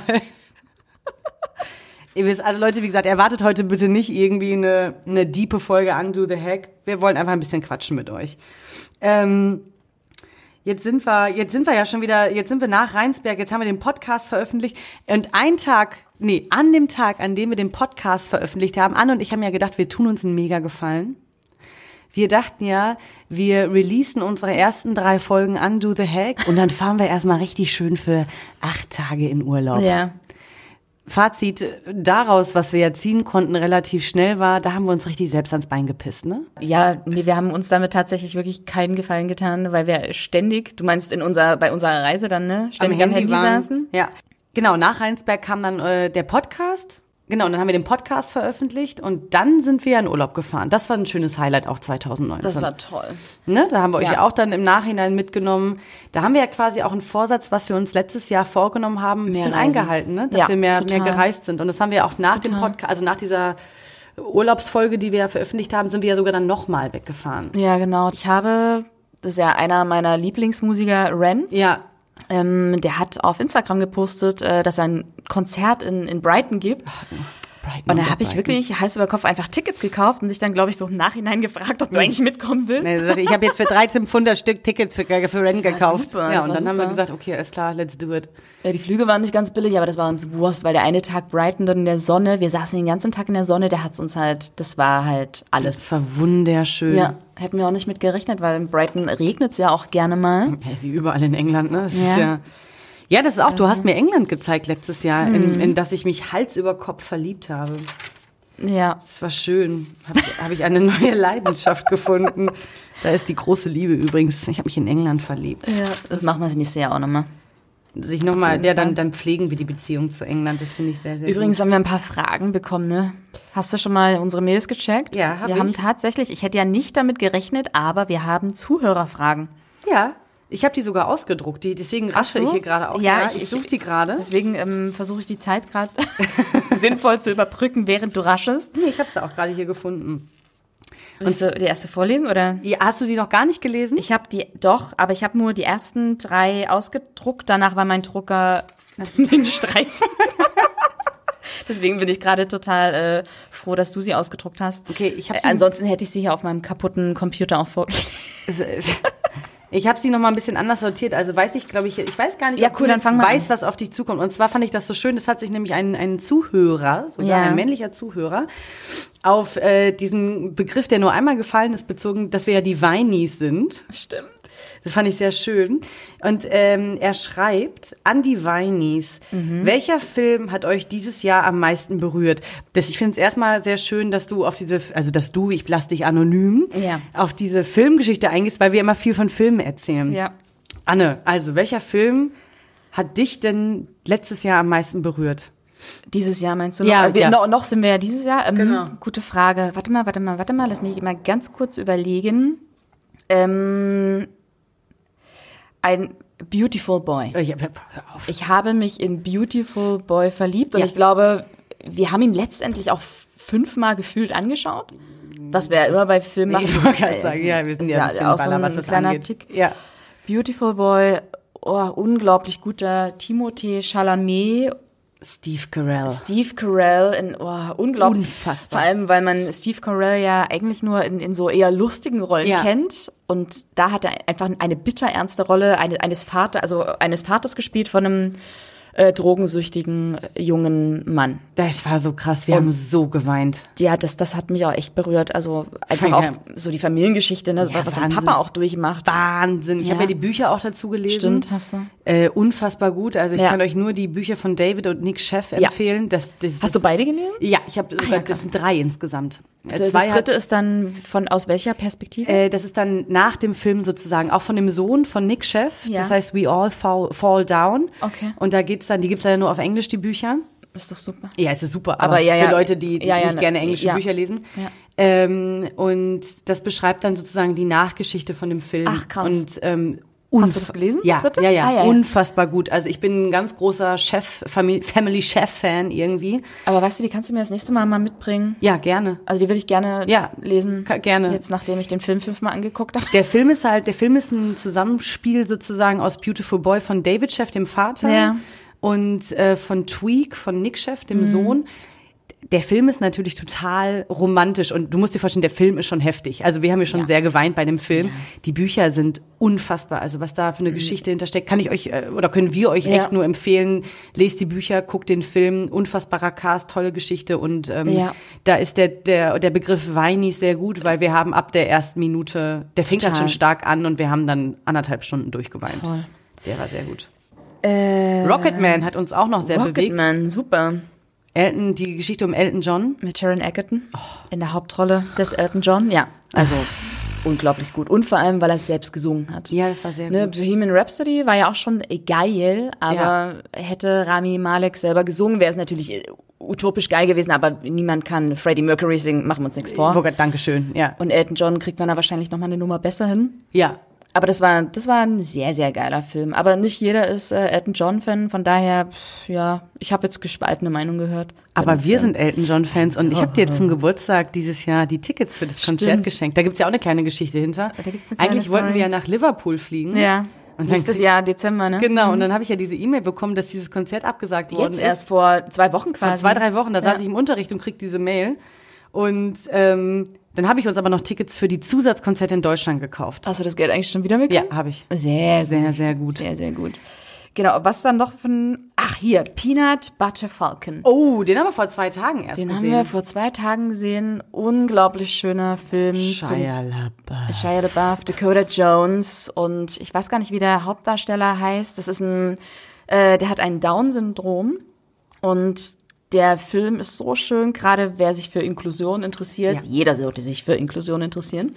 Ihr wisst, also Leute, wie gesagt, erwartet heute bitte nicht irgendwie eine, eine diepe Folge Undo the Hack. Wir wollen einfach ein bisschen quatschen mit euch. Ähm, jetzt sind wir, jetzt sind wir ja schon wieder, jetzt sind wir nach Rheinsberg, jetzt haben wir den Podcast veröffentlicht. Und ein Tag, nee, an dem Tag, an dem wir den Podcast veröffentlicht haben, Anne und ich haben ja gedacht, wir tun uns einen mega Gefallen. Wir dachten ja, wir releasen unsere ersten drei Folgen Undo the Hack und dann fahren wir erstmal richtig schön für acht Tage in Urlaub. Ja. Fazit daraus, was wir ja ziehen konnten, relativ schnell war, da haben wir uns richtig selbst ans Bein gepisst, ne? Ja, nee, wir haben uns damit tatsächlich wirklich keinen Gefallen getan, weil wir ständig, du meinst in unser, bei unserer Reise dann, ne? Ständig am Handy, waren. saßen. Ja, genau, nach Rheinsberg kam dann äh, der Podcast. Genau, und dann haben wir den Podcast veröffentlicht und dann sind wir ja in Urlaub gefahren. Das war ein schönes Highlight auch zwanzig neunzehn. Das war toll. Ne, da haben wir euch Ja. ja auch dann im Nachhinein mitgenommen. Da haben wir ja quasi auch einen Vorsatz, was wir uns letztes Jahr vorgenommen haben, ein Mehr bisschen reisen. eingehalten, ne? Dass Ja, wir mehr, total. mehr gereist sind. Und das haben wir auch nach dem Total. Podcast, also nach dieser Urlaubsfolge, die wir ja veröffentlicht haben, sind wir ja sogar dann nochmal weggefahren. Ja, genau. Ich habe, das ist ja einer meiner Lieblingsmusiker, Ren, Ja, ähm, der hat auf Instagram gepostet, äh, dass er ein Konzert in, in Brighton gibt. Brighton Und da unser habe ich Brighton. wirklich Hals über Kopf einfach Tickets gekauft und sich dann, glaube ich, so im Nachhinein gefragt, ob du eigentlich mitkommen willst. Nee, ich habe jetzt für dreizehn Pfund das Stück Tickets für, für Rennen war gekauft. super, ja, das und war dann haben wir super. gesagt, okay, alles klar, let's do it. Ja, die Flüge waren nicht ganz billig, aber das war uns Wurst, weil der eine Tag Brighton dort in der Sonne, wir saßen den ganzen Tag in der Sonne, der hat's uns halt, das war halt alles. Das war wunderschön. Ja, hätten wir auch nicht mit gerechnet, weil in Brighton regnet's ja auch gerne mal. Ja, wie überall in England, ne? Das Ja. ist ja. Ja, das ist auch, du hast mir England gezeigt letztes Jahr, in, in das ich mich Hals über Kopf verliebt habe. Ja, Das war schön. Habe ich, hab ich eine neue Leidenschaft gefunden. Da ist die große Liebe übrigens. Ich habe mich in England verliebt. ja, das machen wir nächstes Jahr auch nochmal. Sich nochmal, ja, dann, dann pflegen wir die Beziehung zu England. Das finde ich sehr, sehr Übrigens haben wir ein paar Fragen bekommen, ne? Hast du schon mal unsere Mails gecheckt? Ja, hab Wir ich. haben tatsächlich, ich hätte ja nicht damit gerechnet, aber wir haben Zuhörerfragen. gut. Ja, ich habe die sogar ausgedruckt. Die, deswegen rasche so? ich hier gerade auch. Ja, Ja, ich- ich, ich- suche die gerade. Deswegen ähm, versuche ich die Zeit gerade sinnvoll zu überbrücken, während du raschest. Nee, ich habe sie auch gerade hier gefunden. Willst du die erste vorlesen, oder? Ja, hast du die noch gar nicht gelesen? Ich habe die, doch, aber ich habe nur die ersten drei ausgedruckt. Danach war mein Drucker in Streifen. Deswegen bin ich gerade total äh, froh, dass du sie ausgedruckt hast. Okay, ich habe äh, Ansonsten hätte ich sie hier auf meinem kaputten Computer auch vorgelegt. Ich habe sie noch mal ein bisschen anders sortiert. Also weiß ich, glaube ich, ich weiß gar nicht, ja, ob cool, du dann fang mal weißt, an. was auf dich zukommt. Und zwar fand ich das so schön, das hat sich nämlich ein, ein Zuhörer, sogar Ja. ein männlicher Zuhörer, auf äh, diesen Begriff, der nur einmal gefallen ist, bezogen, dass wir ja die Weinis sind. Stimmt. Das fand ich sehr schön. Und ähm, er schreibt an die Weinis, mhm. welcher Film hat euch dieses Jahr am meisten berührt? Das, ich finde es erstmal sehr schön, dass du auf diese, also dass du, ich lass dich anonym, ja. auf diese Filmgeschichte eingehst, weil wir immer viel von Filmen erzählen. Ja. Anne, also welcher Film hat dich denn letztes Jahr am meisten berührt? Dieses Jahr meinst du? Ja, noch? Wir, ja. noch, noch sind wir ja dieses Jahr. Ähm, Genau. Gute Frage. Warte mal, warte mal, warte mal. Lass mich mal ganz kurz überlegen. Ähm, ein Beautiful Boy. Ich, hör auf. Ich habe mich in Beautiful Boy verliebt und Ja. ich glaube, wir haben ihn letztendlich auch fünfmal gefühlt angeschaut. Was wir ja immer bei Filmen machen. Ich wollte gerade sagen, ja, wir sind ja ein bisschen auch so Baller, ein was das kleiner angeht. Tick. Ja. Beautiful Boy, oh, unglaublich guter Timothée Chalamet, Steve Carell. Steve Carell, in, oh, unglaublich. Unfassbar. Vor allem, weil man Steve Carell ja eigentlich nur in, in so eher lustigen Rollen Ja. kennt. Und da hat er einfach eine bitterernste Rolle eine, eines Vaters, also eines Vaters gespielt von einem äh, drogensüchtigen äh, jungen Mann. Das war so krass, wir Und- haben so geweint. Ja, das, das hat mich auch echt berührt. Also einfach Ja. auch so die Familiengeschichte, ne, Ja, was sein Wahnsinn. Papa auch durchmacht. Wahnsinn. Ich Ja. habe ja die Bücher auch dazu gelesen. Stimmt, hast du. Äh, unfassbar gut. Also ich Ja. kann euch nur die Bücher von David und Nick Sheff Ja. empfehlen. Das, das, Hast du beide gelesen? Ja, ich habe ja, das sind drei insgesamt. Äh, Also zwei das hat- dritte ist dann von aus welcher Perspektive? Äh, das ist dann nach dem Film sozusagen, auch von dem Sohn von Nick Sheff. Ja. Das heißt We All Fall, Fall Down. Okay. Und da geht's dann, die gibt's ja nur auf Englisch, die Bücher. Ist doch super. Ja, es ist super, Aber aber, ja, für ja, Leute, die ja, ja, nicht ne, gerne englische ja. Bücher lesen. Ja. Ähm, und das beschreibt dann sozusagen die Nachgeschichte von dem Film. Ach, krass. Und, ähm, Hast du das gelesen, das Ja, dritte? ja, ja, Ah, ja, ja. unfassbar gut. Also ich bin ein ganz großer Chef, Family, Family Chef-Fan irgendwie. Aber weißt du, die kannst du mir das nächste Mal mal mitbringen. Ja, gerne. Also die würde ich gerne Ja, lesen. ka- gerne. Jetzt, nachdem ich den Film fünfmal angeguckt habe. Der Film ist halt, der Film ist ein Zusammenspiel sozusagen aus Beautiful Boy von David Sheff, dem Vater, Ja. und äh, von Tweak, von Nick Sheff, dem Sohn. Der Film ist natürlich total romantisch und du musst dir vorstellen, der Film ist schon heftig. Also wir haben ja schon Ja. sehr geweint bei dem Film. Die Bücher sind unfassbar. Also was da für eine Geschichte hintersteckt, kann ich euch äh, oder können wir euch Ja. echt nur empfehlen. Lest die Bücher, guckt den Film, unfassbarer Cast, tolle Geschichte und ähm, Ja. da ist der der der Begriff Weinis sehr gut, weil wir haben ab der ersten Minute, der fängt halt Total. schon stark an und wir haben dann anderthalb Stunden durchgeweint. Voll. Der war sehr gut. Äh, Rocketman hat uns auch noch sehr bewegt. Rocketman, super. Elton, die Geschichte um Elton John. Mit Sharon Egerton in der Hauptrolle des Elton John. Ja, also unglaublich gut. Und vor allem, weil er es selbst gesungen hat. Ja, das war sehr Ne, gut. Bohemian Rhapsody war ja auch schon geil, aber Ja. hätte Rami Malek selber gesungen, wäre es natürlich äh, utopisch geil gewesen, aber niemand kann Freddie Mercury singen, machen wir uns nichts vor. Burger, Dankeschön. Ja. Und Elton John kriegt man da wahrscheinlich noch mal eine Nummer besser hin. Ja. Aber das war, das war ein sehr, sehr geiler Film. Aber nicht jeder ist äh, Elton John-Fan, von daher, pff, ja, ich habe jetzt gespaltene Meinung gehört. Aber wir sind Elton John-Fans und ich habe dir zum Geburtstag dieses Jahr die Tickets für das Konzert Stimmt. geschenkt. Da gibt's ja auch eine kleine Geschichte hinter. Da gibt's eine kleine Eigentlich wollten Story. wir ja nach Liverpool fliegen. Ja, Und dann nächstes Jahr Dezember, ne? Genau, und dann habe ich ja diese E-Mail bekommen, dass dieses Konzert abgesagt worden Jetzt ist. erst vor zwei Wochen Vor quasi. zwei, drei Wochen, da Ja. saß ich im Unterricht und krieg diese Mail. Und ähm, dann habe ich uns aber noch Tickets für die Zusatzkonzerte in Deutschland gekauft. Hast du das Geld eigentlich schon wieder Ja, bekommen? habe ich. Sehr, Sehr, sehr gut. Sehr, sehr gut. Genau, was dann noch von, ach hier, Peanut Butter Falcon. Oh, den haben wir vor zwei Tagen erst Den gesehen. haben wir vor zwei Tagen gesehen. Unglaublich schöner Film. Shia LaBeouf. zum Shia LaBeouf, Dakota Jones und ich weiß gar nicht, wie der Hauptdarsteller heißt. Das ist ein, äh, der hat ein Down-Syndrom und der Film ist so schön, gerade wer sich für Inklusion interessiert. Ja. Jeder sollte sich für Inklusion interessieren.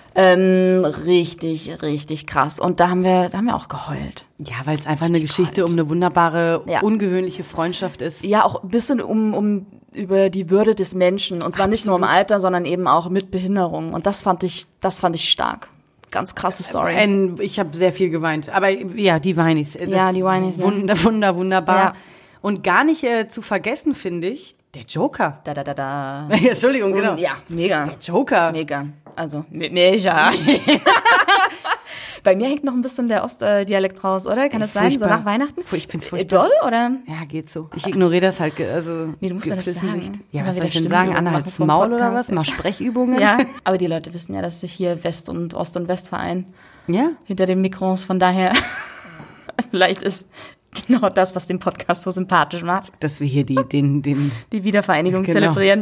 Ähm, richtig, richtig krass. Und da haben wir, da haben wir auch geheult. Ja, weil es einfach eine Richtig Geschichte kalt. um eine wunderbare, Ja. ungewöhnliche Freundschaft ist. Ja, auch ein bisschen um, um über die Würde des Menschen. Und zwar nicht nur im Alter, sondern eben auch mit Behinderung. Und das fand ich, das fand ich stark. Ganz krasse Story. Ein, ich habe sehr viel geweint. Aber ja, die Weinis. Das Ja, die Weinis, ne? Wunder, wunder, wunderbar. Ja. Und gar nicht äh, zu vergessen, finde ich, der Joker. Da, da, da, da. Entschuldigung, genau. Und, ja, mega. Joker. Mega. Also, me- mega. Bei mir hängt noch ein bisschen der Ostdialekt raus, oder? Kann das sein? So nach Weihnachten? Ich find's furchtbar. Doll, oder? Ja, geht so. Ich ignoriere das halt, also. Nee, du musst mir das sagen. Nicht. Ja, Mal was soll wieder ich denn sagen? Anna, halt's Maul oder was? Mal Sprechübungen? Ja, aber die Leute wissen ja, dass sich hier West- und Ost- und Westverein Ja? hinter den Mikros, von daher, vielleicht ist genau das, was den Podcast so sympathisch macht. Dass wir hier die, den, den. Die Wiedervereinigung Genau. zelebrieren.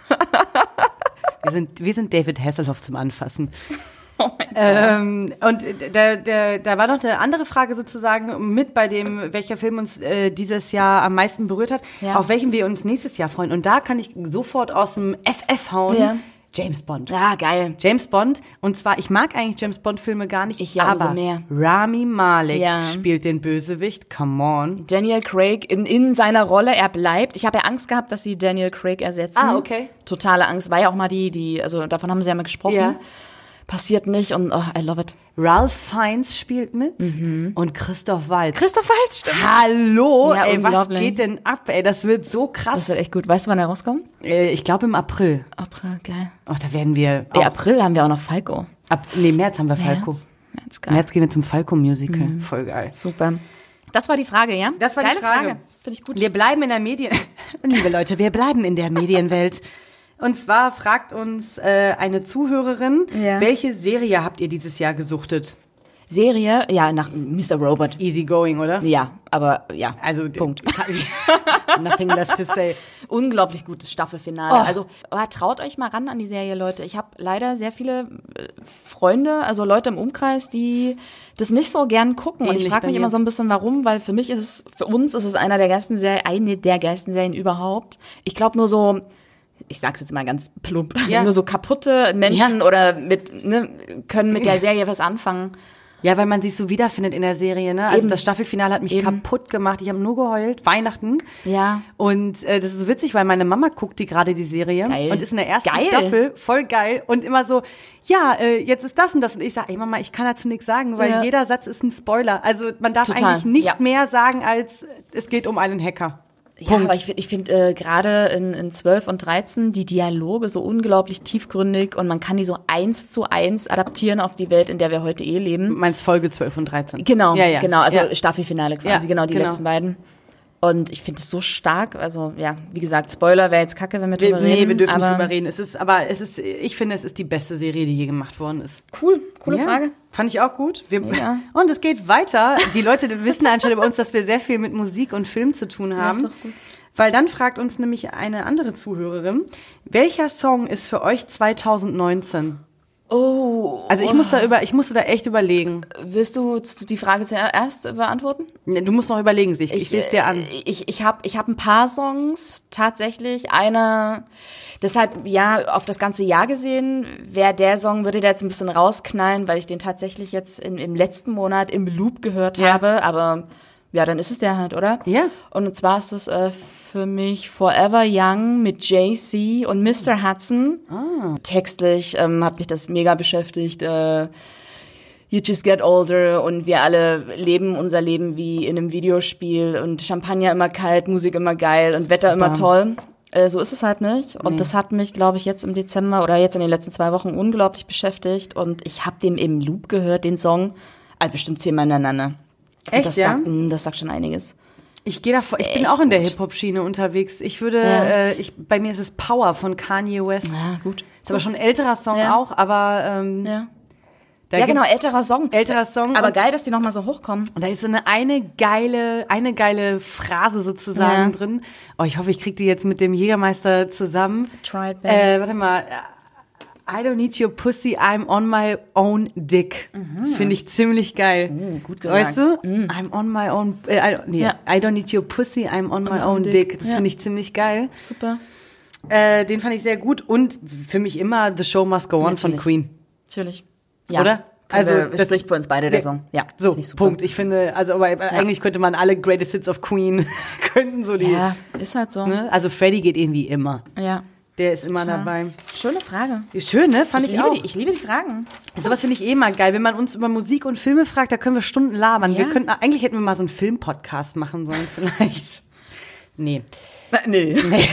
Wir sind, wir sind David Hasselhoff zum Anfassen. Oh mein Gott. Ähm, und da, da, da war noch eine andere Frage sozusagen mit bei dem, welcher Film uns äh, dieses Jahr am meisten berührt hat, Ja. auf welchen wir uns nächstes Jahr freuen. Und da kann ich sofort aus dem F F hauen, Ja. James Bond. Ja, geil. James Bond, und zwar, ich mag eigentlich James Bond-Filme gar nicht, Ich ja aber umso mehr. Rami Malek Ja. spielt den Bösewicht, come on. Daniel Craig in, in seiner Rolle, er bleibt. Ich habe ja Angst gehabt, dass sie Daniel Craig ersetzen. Ah, okay. Totale Angst. War ja auch mal die, die, also davon haben sie ja mal gesprochen. Ja. Passiert nicht und oh, I love it. Ralph Fiennes spielt mit und Christoph Waltz. Christoph Waltz, stimmt. Hallo, Ja, ey, was unglaublich. geht denn ab, ey, das wird so Das krass. wird echt gut. Weißt du, wann er rauskommt? Äh, ich glaube im April. April, geil. Oh, da werden wir Ey, auch, April haben wir auch noch Falco. ab, nee, März haben wir Falco. März. März, geil. März gehen wir zum Falco-Musical. Voll geil. Super. Das war die Frage, ja? Das war die Geile Frage. Finde ich gut. Wir bleiben in der Medien... Liebe Leute, wir bleiben in der Medienwelt. Und zwar fragt uns äh, eine Zuhörerin, Ja. welche Serie habt ihr dieses Jahr gesuchtet? Serie, ja, nach Mister Robot. Easy going, oder? Ja, aber ja, Also, Punkt. Nothing left to say. Unglaublich gutes Staffelfinale. Oh. Also aber traut euch mal ran an die Serie, Leute. Ich habe leider sehr viele äh, Freunde, also Leute im Umkreis, die das nicht so gern gucken. Und Ähnlich ich frage bei mich mir. immer so ein bisschen, warum, weil für mich ist es, für uns ist es einer der geilsten Serien, eine der geilsten Serien überhaupt. Ich glaube nur so, ich sag's jetzt mal ganz plump, Ja. nur so kaputte Menschen oder mit, ne, können mit der Serie was anfangen. Ja, weil man sich so wiederfindet in der Serie, ne? Also Eben. das Staffelfinale hat mich Eben. kaputt gemacht. Ich habe nur geheult. Weihnachten. Ja. Und äh, das ist witzig, weil meine Mama guckt die gerade die Serie Geil. und ist in der ersten Geil. Staffel voll geil und immer so, ja, äh, jetzt ist das und das. Und ich sage, ey Mama, ich kann dazu nichts sagen, weil Ja. jeder Satz ist ein Spoiler. Also man darf Total. eigentlich nicht Ja. mehr sagen, als es geht um einen Hacker. Ja, Punkt. aber ich finde ich find, äh, gerade in, in zwölf und dreizehn die Dialoge so unglaublich tiefgründig und man kann die so eins zu eins adaptieren auf die Welt, in der wir heute eh leben. Du meinst Folge zwölf und dreizehn. Genau, ja, ja. genau, also ja. Staffelfinale quasi, Ja, genau, die genau. letzten beiden. Und ich finde es so stark, also ja, wie gesagt, Spoiler wäre jetzt kacke, wenn wir Wir, drüber reden. nee, wir dürfen aber nicht drüber reden. Es ist, aber es ist, ich finde, es ist die beste Serie, die je gemacht worden ist. Cool, coole Ja, Frage. Fand ich auch gut. Wir, Mega. Und es geht weiter. Die Leute wissen anscheinend über uns, dass wir sehr viel mit Musik und Film zu tun haben. ist doch gut. Weil dann fragt uns nämlich eine andere Zuhörerin, welcher Song ist für euch zwanzig neunzehn? Oh, Also ich muss da über, ich musste da echt überlegen. willst du die Frage zuerst beantworten? Du musst noch überlegen, ich, ich, ich sehe es dir an. äh, Ich, ich habe ich hab ein paar Songs, tatsächlich. Einer, deshalb, ja, auf das ganze Jahr gesehen, wäre der Song, würde der jetzt ein bisschen rausknallen, weil ich den tatsächlich jetzt in, im letzten Monat im Loop gehört Ja. habe. Aber ja, dann ist es der halt, oder? Ja. Und zwar ist es äh, für mich Forever Young mit Jay-Z und Mister Hudson. Ah. Textlich ähm, hat mich das mega beschäftigt. Äh, You just get older und wir alle leben unser Leben wie in einem Videospiel und Champagner immer kalt, Musik immer geil und Wetter Super. immer toll. Äh, so ist es halt nicht. Und Nee. das hat mich, glaube ich, jetzt im Dezember oder jetzt in den letzten zwei Wochen unglaublich beschäftigt. Und ich habe den im Loop gehört, den Song, also bestimmt zehnmal hintereinander. Und Echt, das ja? Sagt, mh, das sagt schon einiges. Ich gehe da, vor- ich bin Echt auch in der gut. Hip-Hop-Schiene unterwegs. Ich würde, Ja. äh, ich, bei mir ist es Power von Kanye West. Ja, gut. Ist aber schon ein älterer Song Ja. auch, aber ähm, Ja, da ja gibt- genau, älterer Song. älterer Song. Aber und- geil, dass die nochmal so hochkommen. Und da ist so eine, eine geile, eine geile Phrase sozusagen Ja. drin. Oh, ich hoffe, ich krieg die jetzt mit dem Jägermeister zusammen. Try it, baby. Äh, warte mal. I don't need your pussy, I'm on my own dick. Das finde ich ziemlich geil. Mhm. gut gesagt. Weißt du? I'm on my own, äh, I, nee, Ja. I don't need your pussy, I'm on my own dick. Das Ja. finde ich ziemlich geil. Super. Äh, den fand ich sehr gut. Und für mich immer The Show Must Go On von Natürlich. Queen. Natürlich. Ja. Oder? Also, Also, das das- spricht für uns beide, der Song. Ja, So, finde ich super. Punkt. Ich finde, also aber eigentlich könnte man alle Greatest Hits of Queen könnten so die. Ja, ist halt so. Ne? Also Freddie geht irgendwie immer. Ja. Der ist immer Total. dabei. Schöne Frage. Schön, ne? Fand ich, liebe auch. Die, ich liebe die Fragen. Sowas finde ich eh mal geil. Wenn man uns über Musik und Filme fragt, da können wir Stunden labern. Ja. Wir könnten, eigentlich hätten wir mal so einen Filmpodcast machen sollen, vielleicht. Nee. Nee.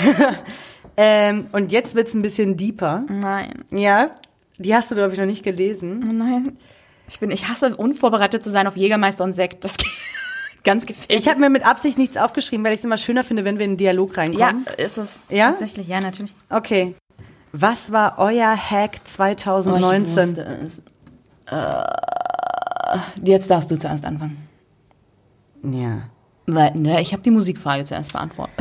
Ähm, und jetzt wird's ein bisschen deeper. Nein. Ja, die hast du, glaube ich, noch nicht gelesen. Nein. Ich bin, ich hasse, unvorbereitet zu sein auf Jägermeister und Sekt. Das ganz gefährlich. Ich habe mir mit Absicht nichts aufgeschrieben, weil ich es immer schöner finde, wenn wir in den Dialog reinkommen. Ja, ist es. Ja? Tatsächlich, ja, natürlich. Okay. Was war euer Hack zwanzig neunzehn? Oh, ich wusste es. Äh, jetzt darfst du zuerst anfangen. Ja. Weil, ne, ich habe die Musikfrage zuerst beantwortet.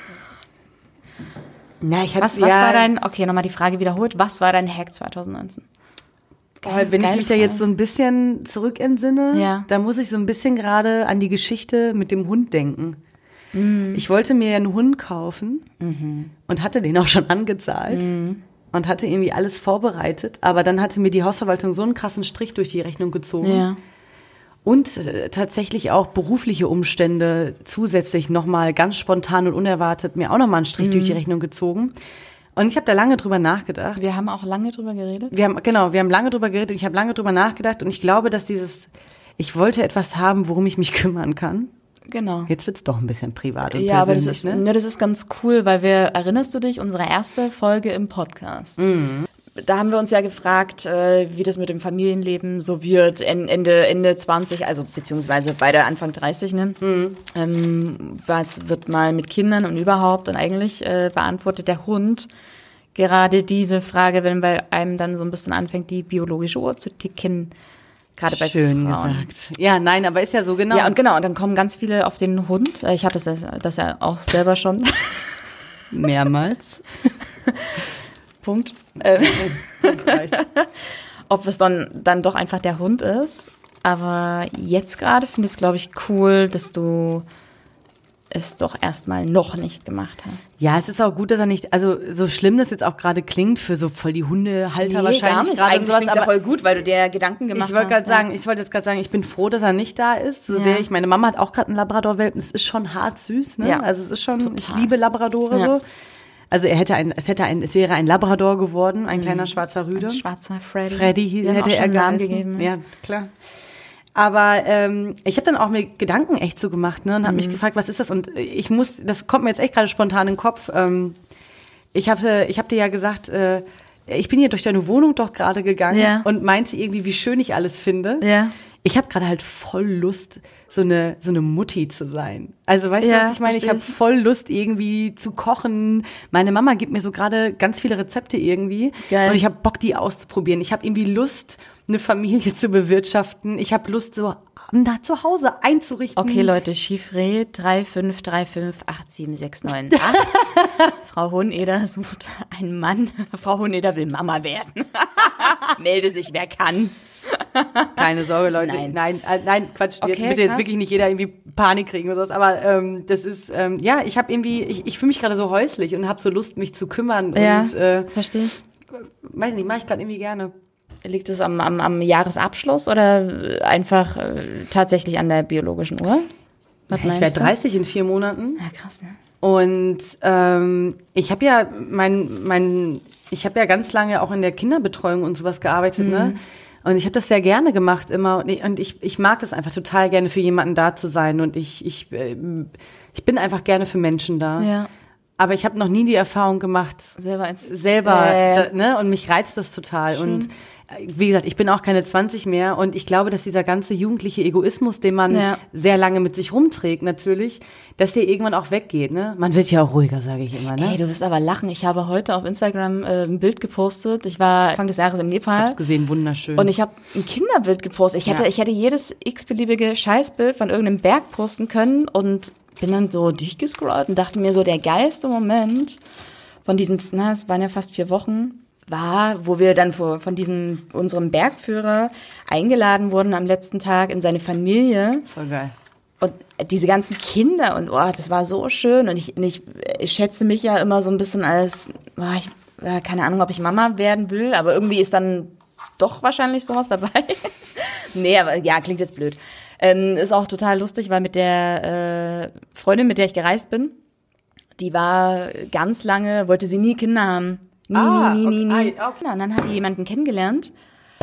Na, ich hatte, Was, was ja, war dein, okay, nochmal die Frage wiederholt. Was war dein Hack zwanzig neunzehn? Geil, wenn ich mich da jetzt so ein bisschen zurückentsinne, ja. da muss ich so ein bisschen gerade an die Geschichte mit dem Hund denken. Mhm. Ich wollte mir einen Hund kaufen mhm. und hatte den auch schon angezahlt mhm. und hatte irgendwie alles vorbereitet. Aber dann hatte mir die Hausverwaltung so einen krassen Strich durch die Rechnung gezogen. Ja. Und äh, tatsächlich auch berufliche Umstände zusätzlich nochmal ganz spontan und unerwartet mir auch nochmal einen Strich mhm. durch die Rechnung gezogen. Und ich habe da lange drüber nachgedacht. Wir haben auch lange drüber geredet. Wir haben, genau, wir haben lange drüber geredet und ich habe lange drüber nachgedacht. Und ich glaube, dass dieses, ich wollte etwas haben, worum ich mich kümmern kann. Genau. Jetzt wird's doch ein bisschen privat und ja, aber das persönlich, ist, ne? ne, das ist ganz cool, weil wir, erinnerst du dich, unsere erste Folge im Podcast? Mhm. Da haben wir uns ja gefragt, äh, wie das mit dem Familienleben so wird, Ende, Ende zwanzig, also beziehungsweise beide Anfang dreißig, ne? Mhm. Ähm, was wird mal mit Kindern und überhaupt? Und eigentlich äh, beantwortet der Hund gerade diese Frage, wenn bei einem dann so ein bisschen anfängt, die biologische Uhr zu ticken. Gerade bei Schön Frauen. gesagt. Ja, nein, aber ist ja so genau. Ja, und genau, und dann kommen ganz viele auf den Hund. Ich hatte das, das ja auch selber schon. Mehrmals. Punkt. Ähm, ob es dann, dann doch einfach der Hund ist. Aber jetzt gerade finde ich es, glaube ich, cool, dass du es doch erstmal noch nicht gemacht hast. Ja, es ist auch gut, dass er nicht, also so schlimm das jetzt auch gerade klingt für so voll die Hundehalter nee, wahrscheinlich gar nicht. gerade Eigentlich und sowas. klingt ja voll gut, weil du dir Gedanken gemacht ich wollte hast. gerade sagen, ich wollte jetzt gerade sagen, ich bin froh, dass er nicht da ist. So ja. sehr ich, meine Mama hat auch gerade einen Labrador-Welpen. Es ist schon hart süß, ne? Ja. Also es ist schon, Total. ich liebe Labradore ja. so. Also er hätte ein, es hätte ein, es wäre ein Labrador geworden, ein mhm. kleiner schwarzer Rüde. Ein schwarzer Freddy. Freddy hätte er Namen gegeben. Ja, klar. Aber ähm, ich habe dann auch mir Gedanken echt so gemacht, ne, und habe mhm. mich gefragt, was ist das? Und ich muss, das kommt mir jetzt echt gerade spontan in den Kopf. Ähm, ich habe, ich habe dir ja gesagt, äh, ich bin hier durch deine Wohnung doch gerade gegangen ja. und meinte irgendwie, wie schön ich alles finde. Ja. Ich habe gerade halt voll Lust, so eine so eine Mutti zu sein. Also weißt ja, du, was ich meine? Ich habe voll Lust, irgendwie zu kochen. Meine Mama gibt mir so gerade ganz viele Rezepte irgendwie. Geil. Und ich habe Bock, die auszuprobieren. Ich habe irgendwie Lust, eine Familie zu bewirtschaften. Ich habe Lust, so da zu Hause einzurichten. Okay, Leute, Chiffre drei fünf drei fünf acht sieben sechs neun acht. Frau Hoheneder sucht einen Mann. Frau Hoheneder will Mama werden. Melde sich, wer kann. Keine Sorge, Leute. Nein, nein, äh, nein Quatsch. Okay, jetzt bitte jetzt krass. wirklich nicht jeder irgendwie Panik kriegen oder sowas. Aber ähm, das ist, ähm, ja, ich habe irgendwie, ich, ich fühle mich gerade so häuslich und habe so Lust, mich zu kümmern. Ja, und, äh, verstehe. Weiß nicht, mache ich gerade irgendwie gerne. Liegt es am, am, am Jahresabschluss oder einfach äh, tatsächlich an der biologischen Uhr? Was ich werde dreißig in vier Monaten. Ja, krass, ne? Und ähm, ich habe ja mein, mein, ich habe ja ganz lange auch in der Kinderbetreuung und sowas gearbeitet, mhm. ne? Und ich habe das sehr gerne gemacht immer. Und ich, und ich, ich mag das einfach total gerne, für jemanden da zu sein. Und ich, ich, äh, ich bin einfach gerne für Menschen da. Ja. Aber ich habe noch nie die Erfahrung gemacht, selber, ins, selber äh, da, ne? Und mich reizt das total. Schön. Und wie gesagt, ich bin auch keine zwanzig mehr und ich glaube, dass dieser ganze jugendliche Egoismus, den man ja. sehr lange mit sich rumträgt natürlich, dass der irgendwann auch weggeht, ne? Man wird ja auch ruhiger, sage ich immer, ne? Ey, du wirst aber lachen. Ich habe heute auf Instagram äh, ein Bild gepostet. Ich war Anfang des Jahres in Nepal. Ich hab's gesehen, wunderschön. Und ich habe ein Kinderbild gepostet. Ich hätte, ja. ich hätte jedes x-beliebige Scheißbild von irgendeinem Berg posten können und bin dann so durchgescrollt und dachte mir so, der geilste Moment von diesen, na, es waren ja fast vier Wochen, war, wo wir dann von diesem, unserem Bergführer eingeladen wurden am letzten Tag in seine Familie. Voll geil. Und diese ganzen Kinder und oh, das war so schön. Und ich, und ich, ich schätze mich ja immer so ein bisschen als, oh, ich, keine Ahnung, ob ich Mama werden will, aber irgendwie ist dann doch wahrscheinlich sowas dabei. Nee, aber ja, klingt jetzt blöd. Ähm, ist auch total lustig, weil mit der äh, Freundin, mit der ich gereist bin, die war ganz lange, wollte sie nie Kinder haben. Nie, ah, nie, nie, okay. nie, nie. Ah, okay. Und dann hat die jemanden kennengelernt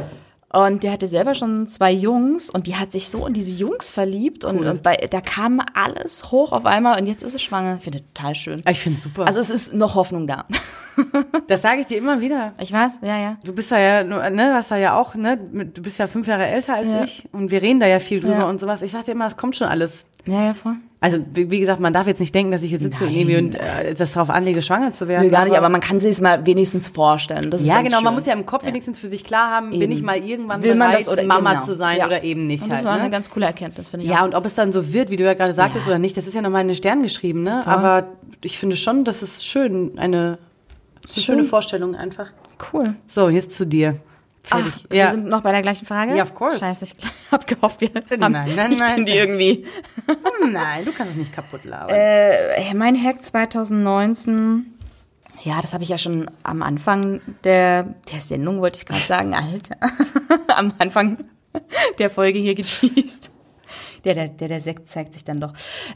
Und der hatte selber schon zwei Jungs und die hat sich so in diese Jungs verliebt und, Cool. und bei, da kam alles hoch auf einmal und jetzt ist sie schwanger. Ich finde das total schön. Ich finde es super. Also es ist noch Hoffnung da. das sage ich dir immer wieder. Ich weiß, ja, ja. Du bist da ja, nur, ne, hast da ja auch, ne, du bist ja fünf Jahre älter als Ja. ich und wir reden da ja viel drüber Ja. und sowas. Ich sag dir immer, es kommt schon alles. Ja, ja, voll. Also, wie, wie gesagt, man darf jetzt nicht denken, dass ich hier sitze Nein. irgendwie und äh, das darauf anlege, schwanger zu werden. Nö, gar nicht, aber man kann sich es mal wenigstens vorstellen. Das ist ja, ganz genau, man schön. muss ja im Kopf wenigstens für sich klar haben, bin Eben. ich mal irgendwann Will man bereit, das oder- Mama genau. zu sein Ja. oder eben nicht Und das halt. war Ne? eine ganz coole Erkenntnis, finde ich Ja, auch. und ob es dann so wird, wie du ja gerade sagtest Ja. oder nicht, das ist ja nochmal in den Stern geschrieben, ne? Voll. Aber ich finde schon, das ist schön, eine, eine Schön. schöne Vorstellung einfach. Cool. So, und jetzt zu dir. Fertig. Ach, wir sind noch bei der gleichen Frage? Ja, of course. Scheiße, ich hab gehofft, wir haben, Nein, nein, ich nein. bin die irgendwie. Hm, Nein, du kannst es nicht kaputt labern. Äh, mein Hack zwanzig neunzehn, ja, das habe ich ja schon am Anfang der, der Sendung, wollte ich gerade sagen, Alter, am Anfang der Folge hier geteased. Der, der, der, der Sekt zeigt sich dann doch.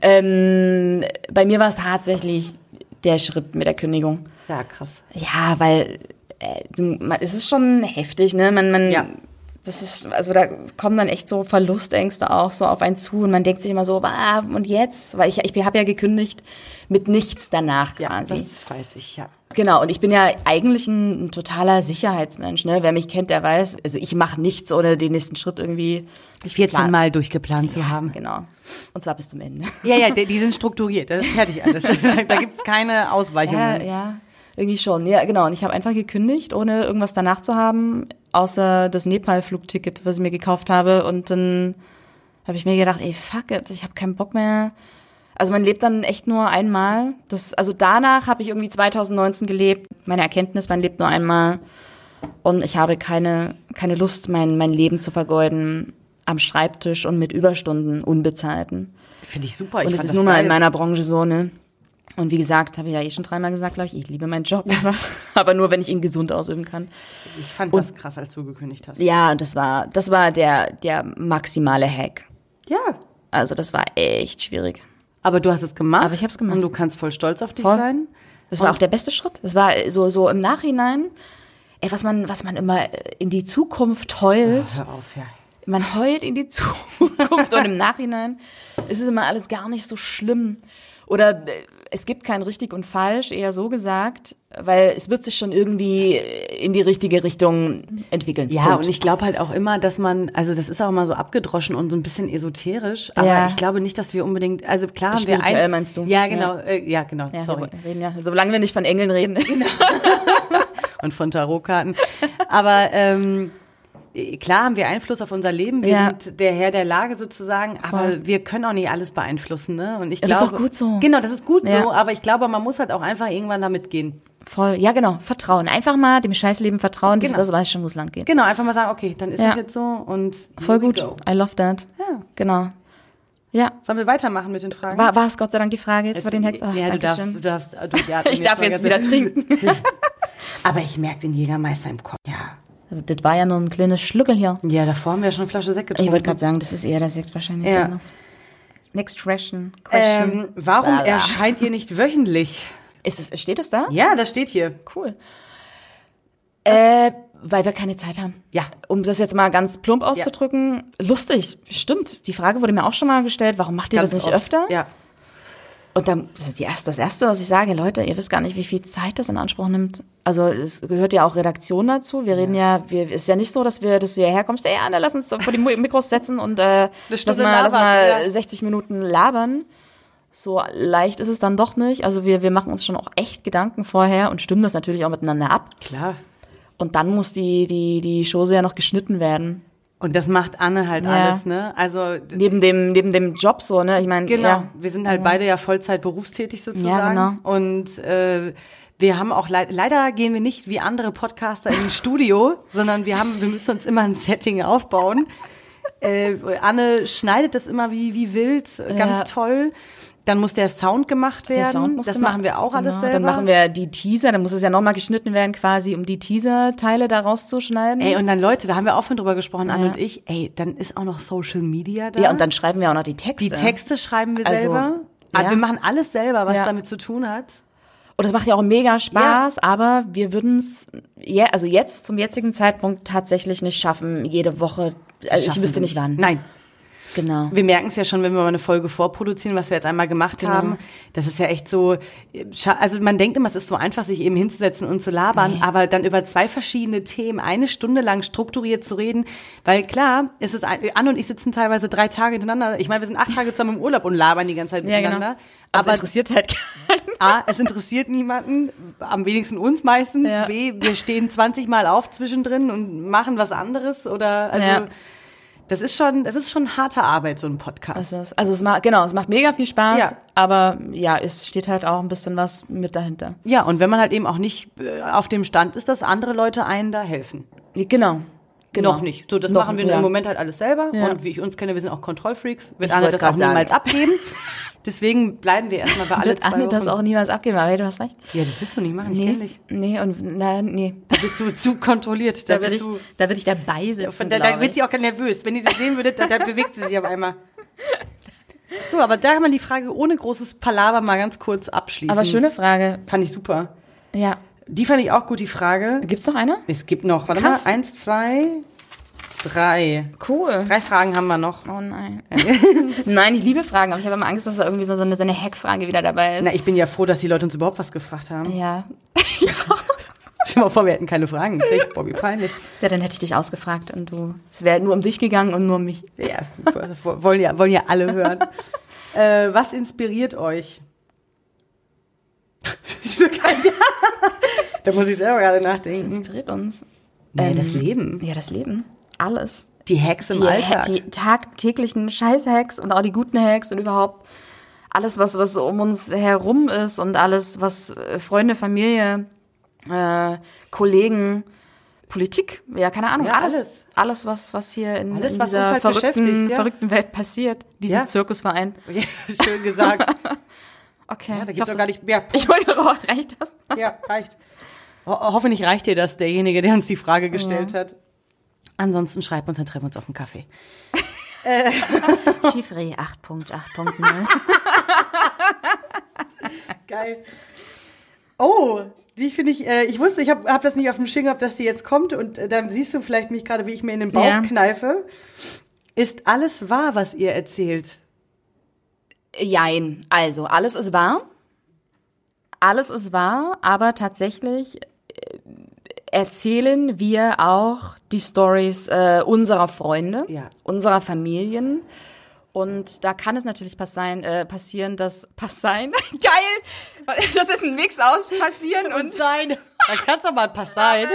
Ähm, bei mir war es tatsächlich der Schritt mit der Kündigung. Ja, krass. Ja, weil äh, du- man- es ist schon heftig, ne? Man, man, Ja. das ist, also da kommen dann echt so Verlustängste auch so auf einen zu und man denkt sich immer so, ah, und jetzt? Weil ich, ich habe ja gekündigt mit nichts danach Ja, quasi. das weiß ich, ja. Genau, und ich bin ja eigentlich ein, ein totaler Sicherheitsmensch, ne? Wer mich kennt, der weiß, also ich mache nichts, ohne den nächsten Schritt irgendwie vierzehn plan- Mal durchgeplant zu haben. Genau. Und zwar bis zum Ende. Ja, ja, die, die sind strukturiert, das ist fertig alles. Da gibt's keine Ja, Ausweichungen. ja, irgendwie schon. Ja, genau. Und ich habe einfach gekündigt, ohne irgendwas danach zu haben, außer das Nepal-Flugticket, was ich mir gekauft habe. Und dann habe ich mir gedacht, ey, fuck it, ich habe keinen Bock mehr. Also man lebt dann echt nur einmal. Das, also danach habe ich irgendwie zwanzig neunzehn gelebt. Meine Erkenntnis, man lebt nur einmal. Und ich habe keine, keine Lust, mein, mein Leben zu vergeuden am Schreibtisch und mit Überstunden, unbezahlten. Finde ich super. Ich Und das fand ist nun mal geil. in meiner Branche so, ne? Und wie gesagt, habe ich ja eh schon dreimal gesagt, glaube ich, ich liebe meinen Job, aber nur, wenn ich ihn gesund ausüben kann. Ich fand das krass, als du gekündigt hast. Ja, und das war, das war der, der maximale Hack. Ja. Also das war echt schwierig. Aber du hast es gemacht. Aber ich hab's gemacht. Und du kannst voll stolz auf dich Voll. sein. Das war Und- auch der beste Schritt. Das war so, so im Nachhinein, ey, was man, was man immer in die Zukunft heult. Hör auf, ja. Man heult in die Zukunft und im Nachhinein ist es immer alles gar nicht so schlimm. Oder äh, es gibt kein richtig und falsch, eher so gesagt, weil es wird sich schon irgendwie in die richtige Richtung entwickeln. Ja, Punkt. und ich glaube halt auch immer, dass man, also das ist auch immer so abgedroschen und so ein bisschen esoterisch, aber Ja. ich glaube nicht, dass wir unbedingt, also klar haben wir Spirituell ein, meinst du? Ja, genau, ja, äh, ja genau, ja, sorry. Wir reden ja, solange wir nicht von Engeln reden. Und von Tarotkarten. Aber ähm, klar haben wir Einfluss auf unser Leben, wir Ja. sind der Herr der Lage sozusagen, aber Voll. wir können auch nicht alles beeinflussen, ne? Und ich Ja, glaube, das ist auch gut so. Genau, das ist gut Ja. so, aber ich glaube, man muss halt auch einfach irgendwann damit gehen. Voll, ja genau, Vertrauen. Einfach mal dem Scheißleben vertrauen, das Genau. ist das, was schon, wo es lang geht. Genau, einfach mal sagen, okay, dann ist Ja. das jetzt so und Voll here we gut, go. I love that. Ja. Genau. Ja, Sollen wir weitermachen mit den Fragen? war, war es Gott sei Dank die Frage jetzt Es- bei den Hacks? Ach, ja, du darfst, Dankeschön. du darfst durchatmen. Ich darf mal jetzt ganz- wieder trinken. Aber ich merke den Jägermeister im Kopf. Ja. Das war ja nur ein kleines Schluckel hier. Ja, davor haben wir ja schon eine Flasche Sekt getrunken. Ich wollte gerade sagen, das ist eher der Sekt wahrscheinlich. Ja. Genau. Next question. question. ähm, warum Lala. erscheint ihr nicht wöchentlich? Ist es, steht es da? Ja, das steht hier. Cool. Äh, weil wir keine Zeit haben. Ja. Um das jetzt mal ganz plump auszudrücken, lustig, stimmt. Die Frage wurde mir auch schon mal gestellt, warum macht ihr Ganz das nicht oft. öfter? Ja. Und dann das ist die erste, das Erste, was ich sage, Leute, ihr wisst gar nicht, wie viel Zeit das in Anspruch nimmt. Also es gehört ja auch Redaktion dazu. Wir reden ja, wir ist ja nicht so, dass wir, dass du hierher kommst, ey Anna, lass uns vor die Mikros setzen und äh, lass Stunde mal, lass labern, mal ja. sechzig Minuten labern. So leicht ist es dann doch nicht. Also wir, wir machen uns schon auch echt Gedanken vorher und stimmen das natürlich auch miteinander ab. Klar. Und dann muss die, die, die Chose ja noch geschnitten werden. Und das macht Anne halt Ja. alles, ne? Also Neben dem, neben dem Job so, ne? Ich meine, genau, ja. wir sind halt beide ja Vollzeit berufstätig sozusagen. Ja, genau. Und äh, wir haben auch leid leider gehen wir nicht wie andere Podcaster in ein Studio, sondern wir haben, wir müssen uns immer ein Setting aufbauen. Äh, Anne schneidet das immer wie wie wild, ganz Ja. toll. Dann muss der Sound gemacht werden. Der Sound muss das gemacht- machen wir auch alles genau. selber. Dann machen wir die Teaser, dann muss es ja nochmal geschnitten werden quasi, um die Teaser-Teile da rauszuschneiden. Ey, und dann Leute, da haben wir auch von drüber gesprochen, Anne Ja. und ich. Ey, dann ist auch noch Social Media da. ja, und dann schreiben wir auch noch die Texte. die Texte schreiben wir Also, selber. Ah, ja. wir machen alles selber, was Ja. damit zu tun hat. Und das macht ja auch mega Spaß, ja. aber wir würden es, ja, also jetzt zum jetzigen Zeitpunkt tatsächlich nicht schaffen, jede Woche, also ich wüsste nicht wann. Nein. Genau. Wir merken es ja schon, wenn wir mal eine Folge vorproduzieren, was wir jetzt einmal gemacht genau. haben. Das ist ja echt so, also man denkt immer, es ist so einfach, sich eben hinzusetzen und zu labern, nee. aber dann über zwei verschiedene Themen eine Stunde lang strukturiert zu reden, weil klar, es ist, Anne und ich sitzen teilweise drei Tage hintereinander. Ich meine, wir sind acht Tage zusammen im Urlaub und labern die ganze Zeit ja, miteinander. Genau. Aber, aber es interessiert halt keinen. A, es interessiert niemanden, am wenigsten uns meistens. Ja. B, wir stehen zwanzig Mal auf zwischendrin und machen was anderes oder, also, ja. Das ist schon, das ist schon harte Arbeit, so ein Podcast. Also, also es macht, genau, es macht mega viel Spaß, ja. aber ja, es steht halt auch ein bisschen was mit dahinter. Ja, und wenn man halt eben auch nicht auf dem Stand ist, dass andere Leute einen da helfen. Genau. Genau. Noch nicht. So, das Noch, machen wir ja. im Moment halt alles selber. Ja. Und wie ich uns kenne, wir sind auch Kontrollfreaks. Wird ich Anne das auch sagen. niemals abgeben. Deswegen bleiben wir erstmal bei alle wird zwei Anne Wochen. das auch niemals abgeben, aber du hast recht. Ja, das wirst du nicht machen, ich nee, kenne dich. Nee, und na, nee. Da bist du zu kontrolliert. Da, da, bist ich, du, da würde ich dabei sitzen, Da, da wird sie auch nervös. Wenn ihr sie sehen würdet, da, da bewegt sie sich auf einmal. So, aber da kann man die Frage ohne großes Palaver mal ganz kurz abschließen. Aber schöne Frage. Fand ich super. Ja. Die fand ich auch gut, die Frage. Gibt's noch eine? Es gibt noch, warte Krass. mal, eins, zwei, drei. Cool. Drei Fragen haben wir noch. Oh nein. Nein, ich liebe Fragen, aber ich habe immer Angst, dass da irgendwie so eine, so eine Hackfrage wieder dabei ist. Na, ich bin ja froh, dass die Leute uns überhaupt was gefragt haben. Ja. Stell dir mal vor, wir hätten keine Fragen gekriegt. Boah, wie peinlich. Ja, dann hätte ich dich ausgefragt und du, es wäre nur um dich gegangen und nur um mich. Ja, super. Das wollen ja, wollen ja alle hören. äh, was inspiriert euch? Da muss ich selber gerade nachdenken. Was inspiriert uns? Nee, ähm, das Leben. Ja, das Leben. Alles. Die Hacks im die, Alltag. Die tagtäglichen Scheiß-Hacks und auch die guten Hacks und überhaupt alles, was, was um uns herum ist und alles, was Freunde, Familie, äh, Kollegen, Politik, ja, keine Ahnung, Ja, alles. alles. Alles, was, was hier in, Alles, in was dieser uns halt verrückten, beschäftigt, ja. verrückten Welt passiert. Diesen Ja. Zirkusverein. Ja, schön gesagt. Okay. Ja, da ich gibt's hoffe, doch gar nicht mehr. Ich wollte, oh, reicht das? Ja, reicht. Ho hoffentlich reicht dir das, derjenige, der uns die Frage gestellt Ja. hat. Ansonsten schreibt uns, dann treffen wir uns auf einen Kaffee. Chiffre acht Punkt acht Punkt null. Geil. Oh, die finde ich, äh, ich wusste, ich habe hab das nicht auf dem Schirm gehabt, dass die jetzt kommt und äh, dann siehst du vielleicht mich gerade, wie ich mir in den Bauch Ja. kneife. Ist alles wahr, was ihr erzählt? Jein. Also, alles ist wahr. Alles ist wahr, aber tatsächlich äh, erzählen wir auch die Stories äh, unserer Freunde, Ja. unserer Familien. Und da kann es natürlich passieren, äh, passieren, dass passieren. Geil! Das ist ein Mix aus passieren und sein. Da kann es doch mal passieren.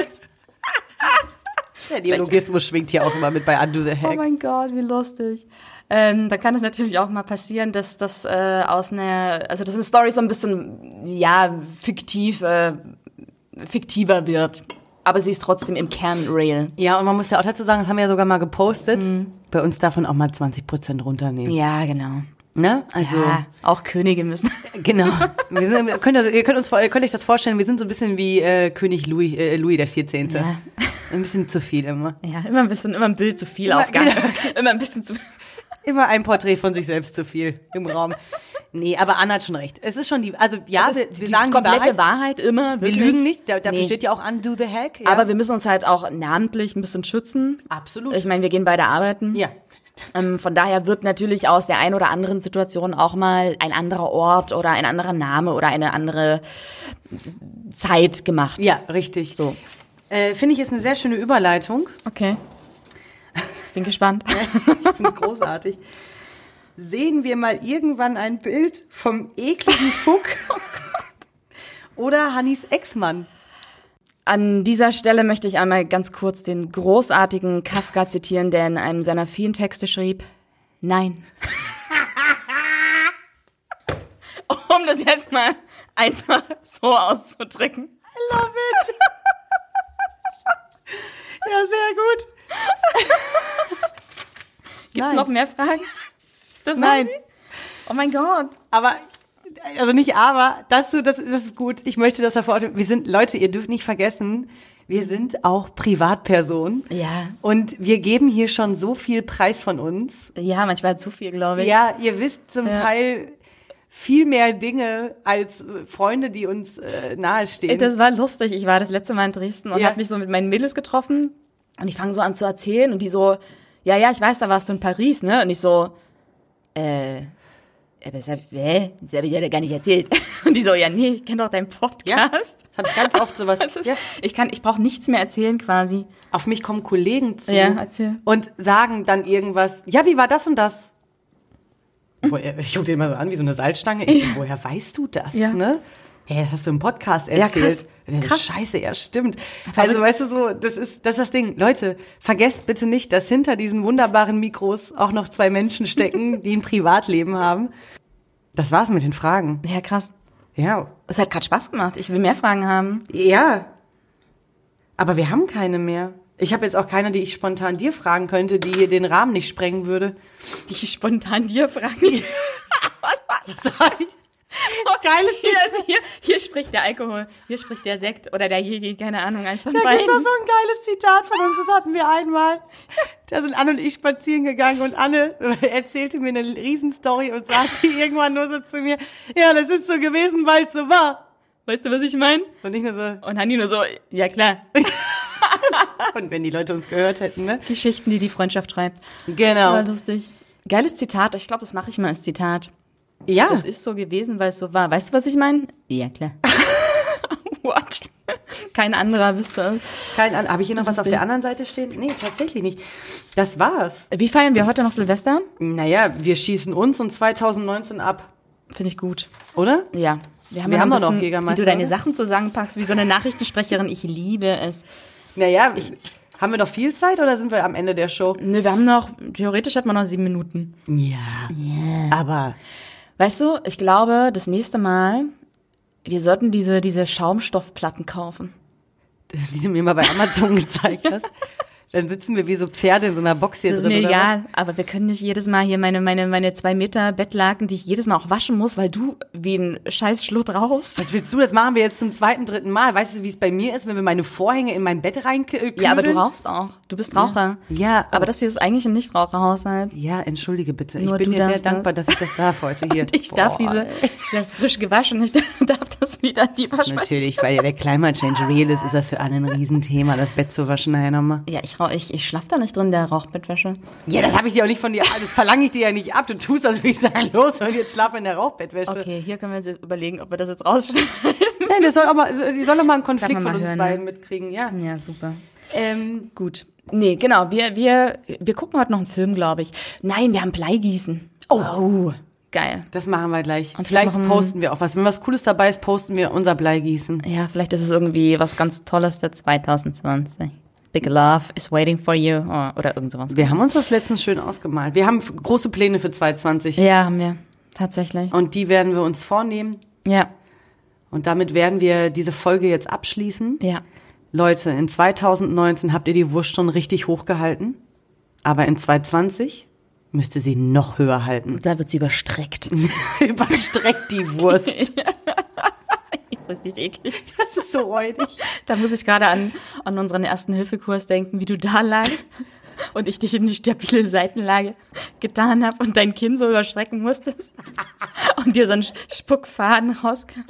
Der Neologismus schwingt hier auch immer mit bei Undo the Hack. Oh mein Gott, wie lustig. Ähm, da kann es natürlich auch mal passieren, dass das äh, aus einer, also dass eine Story so ein bisschen, ja, fiktiv, äh, fiktiver wird. Aber sie ist trotzdem im Kern real. Ja, und man muss ja auch dazu sagen, das haben wir ja sogar mal gepostet. Mhm. Bei uns davon auch mal zwanzig Prozent runternehmen. Ja, genau. Ne? Also, ja, auch Könige müssen. Genau. Wir sind, ihr, könnt, ihr, könnt uns, ihr könnt euch das vorstellen, wir sind so ein bisschen wie äh, König Louis, äh, Louis der vierzehnte. Ja. Ein bisschen zu viel immer. Ja, immer ein bisschen, immer ein Bild zu viel Immer- aufgegangen. genau. Immer ein bisschen zu Immer ein Porträt von sich selbst zu viel im Raum. Nee, aber Anna hat schon recht. Es ist schon die, also ja, Das wir, ist wir die sagen komplette die Wahrheit. Wahrheit, immer. Wir wirklich. lügen nicht, da, dafür Nee. steht ja auch Undo the Hack. Ja. Aber wir müssen uns halt auch namentlich ein bisschen schützen. Absolut. Ich meine, wir gehen beide arbeiten. ja. Ähm, von daher wird natürlich aus der einen oder anderen Situation auch mal ein anderer Ort oder ein anderer Name oder eine andere Zeit gemacht. Ja, richtig. So. Äh, Finde ich, ist eine sehr schöne Überleitung. Okay. Bin gespannt. Ich finde es großartig. Sehen wir mal irgendwann ein Bild vom ekligen Fuck oder Hannis Ex-Mann? An dieser Stelle möchte ich einmal ganz kurz den großartigen Kafka zitieren, der in einem seiner vielen Texte schrieb, nein. Um das jetzt mal einfach so auszudrücken. I love it. Ja, sehr gut. Gibt's Nein. noch mehr Fragen? Das Nein. waren Sie? Oh mein Gott. Aber, also nicht aber, das, das, das ist gut. Ich möchte das hervorheben. Wir sind, Leute, ihr dürft nicht vergessen, wir sind auch Privatpersonen. Ja. Und wir geben hier schon so viel Preis von uns. Ja, manchmal zu viel, glaube ich. Ja, ihr wisst zum Ja. Teil, viel mehr Dinge als äh, Freunde, die uns äh, nahestehen. Das war lustig. Ich war das letzte Mal in Dresden und Ja. habe mich so mit meinen Mädels getroffen und ich fange so an zu erzählen und die so, ja, ja, ich weiß, da warst du in Paris, ne? Und ich so, äh, aber das hab, hä? Das hab ich ja gar nicht erzählt. Und die so, ja, nee, ich kenne doch deinen Podcast. Ja, das habe ich ganz oft sowas. Das ist, Ja. Ich kann, ich brauche nichts mehr erzählen quasi. Auf mich kommen Kollegen zu Ja, erzähl. und sagen dann irgendwas. Ja, wie war das und das? Woher, ich gucke den mal so an wie so eine Salzstange. Ich so, woher weißt du das? Ja. Ne? Hey, das hast du im Podcast Ja, erzählt. krass. Das ist Krass. Scheiße, ja, stimmt. Also, weißt du so, das ist, das ist das Ding. Leute, vergesst bitte nicht, dass hinter diesen wunderbaren Mikros auch noch zwei Menschen stecken, die ein Privatleben haben. Das war's mit den Fragen. Ja, krass. Ja. Es hat gerade Spaß gemacht. Ich will mehr Fragen haben. Ja. Aber wir haben keine mehr. Ich habe jetzt auch keine, die ich spontan dir fragen könnte, die hier den Rahmen nicht sprengen würde. Die ich spontan dir fragen. Was war das? Sorry. Geiles Hier, also hier, hier spricht der Alkohol, hier spricht der Sekt oder der Jegi, keine Ahnung, eins von Da beiden. gibt's auch so ein geiles Zitat von uns, das hatten wir einmal. Da sind Anne und ich spazieren gegangen und Anne erzählte mir eine Riesenstory und sagte irgendwann nur so zu mir, ja, das ist so gewesen, weil es so war. Weißt du, was ich meine? Und ich nur so, Und Hanni nur so, ja klar. und wenn die Leute uns gehört hätten, ne? Geschichten, die die Freundschaft schreibt. Genau. War lustig. Geiles Zitat, ich glaube, das mache ich mal als Zitat. Ja. Es ist so gewesen, weil es so war. Weißt du, was ich meine? Ja, klar. What? Kein anderer wüsste. Kein an. Habe ich hier noch was auf der anderen Seite stehen? Nee, tatsächlich nicht. Das war's. Wie feiern wir heute noch Silvester? Naja, wir schießen uns und zwanzig neunzehn ab, Finde ich gut. oder? Ja. Wir haben, Wir ja haben noch, doch ein noch bisschen, Jägermeister, wie du deine oder? Sachen zusammenpackst, wie so eine Nachrichtensprecherin. Ich liebe es. Naja, haben wir noch viel Zeit oder sind wir am Ende der Show? Nö, wir haben noch, theoretisch hat man noch sieben Minuten. Ja. Yeah. Aber Weißt du, ich glaube, das nächste Mal, wir sollten diese, diese Schaumstoffplatten kaufen. die du mir mal bei Amazon gezeigt hast. Dann sitzen wir wie so Pferde in so einer Box hier Das ist drin, mir oder egal, aber wir können nicht jedes Mal hier meine, meine, meine zwei Meter Bettlaken, die ich jedes Mal auch waschen muss, weil du wie ein scheiß Schlutt raus. was? Was willst du? Das machen wir jetzt zum zweiten, dritten Mal. Weißt du, wie es bei mir ist, wenn wir meine Vorhänge in mein Bett reinknüdeln? Ja, aber du rauchst auch. Du bist Raucher. Ja, Aber das hier ist eigentlich ein Nichtraucherhaushalt. Ja, entschuldige bitte. Nur ich bin du dir sehr darfst das. dankbar, dass ich das darf heute hier. Und ich darf Boah, diese, das ist frisch gewaschen, ich darf das wieder in die Waschmaschine. Natürlich, weil ja der Climate Change real ist, ist das für alle ein Riesenthema, das Bett zu waschen nachher nochmal. Ja, ich, rauch- ich, ich schlaf da nicht drin, der Rauchbettwäsche. Ja, das habe ich dir auch nicht von dir, das verlange ich dir ja nicht ab. Du tust das, wie ich sagen, los und jetzt schlaf in der Rauchbettwäsche. Okay, hier können wir jetzt überlegen, ob wir das jetzt rausschneiden. Nein, das soll auch mal, sie soll auch mal einen Konflikt Darf man von mal uns hören, beiden ne? mitkriegen, ja. Ja, super. Ähm, Gut. Nee, genau, wir, wir, wir gucken heute noch einen Film, glaube ich. Nein, wir haben Bleigießen. Oh. Geil. das machen wir gleich. Und Vielleicht noch ein- posten wir auch was. Wenn was Cooles dabei ist, posten wir unser Bleigießen. Ja, vielleicht ist es irgendwie was ganz Tolles für zwanzig zwanzig. Big Love is waiting for you. Oder, oder irgend sowas. Wir haben uns das letztens schön ausgemalt. Wir haben f- große Pläne für zwanzig zwanzig. Ja, haben wir. Tatsächlich. Und die werden wir uns vornehmen. Ja. Und damit werden wir diese Folge jetzt abschließen. Ja. Leute, in zwanzig neunzehn habt ihr die Wurst schon richtig hochgehalten. Aber in zwanzig zwanzig müsst ihr sie noch höher halten. Da wird sie überstreckt. Überstreckt die Wurst. Richtig eklig. Das ist so räudig. Da muss ich gerade an, an unseren ersten Hilfekurs denken, wie du da lagst und ich dich in die stabile Seitenlage getan habe und dein Kinn so überstrecken musstest und dir so ein Spuckfaden rauskam.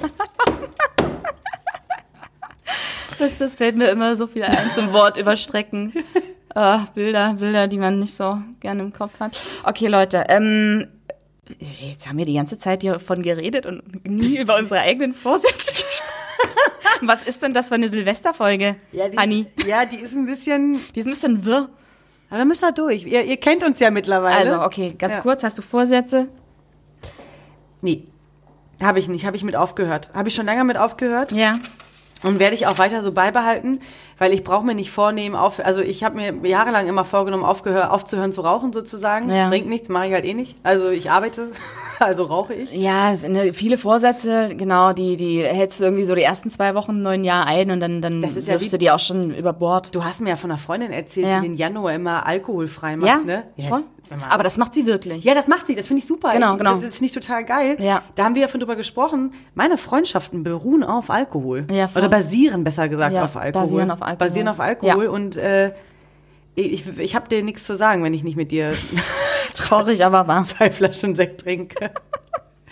Das, das fällt mir immer so viel ein zum Wort überstrecken. Oh, Bilder, Bilder, die man nicht so gerne im Kopf hat. Okay, Leute, ähm, jetzt haben wir die ganze Zeit hier von geredet und nie über unsere eigenen Vorsätze gesprochen. Was ist denn das für eine Silvesterfolge, Ja, die Anni? ist, ja, die ist ein bisschen. Die ist ein bisschen wirr. Aber da müssen wir durch. Ihr, ihr kennt uns ja mittlerweile. Also, okay, ganz Ja. kurz, hast du Vorsätze? Nee. Habe ich nicht. Habe ich mit aufgehört. Habe ich schon lange mit aufgehört. Ja. Und werde ich auch weiter so beibehalten, weil ich brauche mir nicht vornehmen, auf, also ich habe mir jahrelang immer vorgenommen, aufgehör, aufzuhören zu rauchen sozusagen. Ja. Bringt nichts, mache ich halt eh nicht. Also ich arbeite, also rauche ich. Ja, es sind eine, viele Vorsätze, genau, die, die hältst du irgendwie so die ersten zwei Wochen im neuen Jahr ein und dann, dann Das ist ja wirfst wie- du die auch schon über Bord. Du hast mir ja von einer Freundin erzählt, Ja. die den Januar immer alkoholfrei macht, Ja, ne? voll. sag mal. Aber das macht sie wirklich. Ja, das macht sie, das finde ich super. Genau, ich, genau. Das finde ich total geil. Ja. Da haben wir ja von drüber gesprochen. Meine Freundschaften beruhen auf Alkohol. Ja, voll. Oder basieren, besser gesagt, Ja, auf Alkohol. basieren auf Alkohol. Basieren auf Alkohol. Ja. Und äh, ich, ich habe dir nichts zu sagen, wenn ich nicht mit dir Traurig, aber wahr. zwei Flaschen Sekt trinke.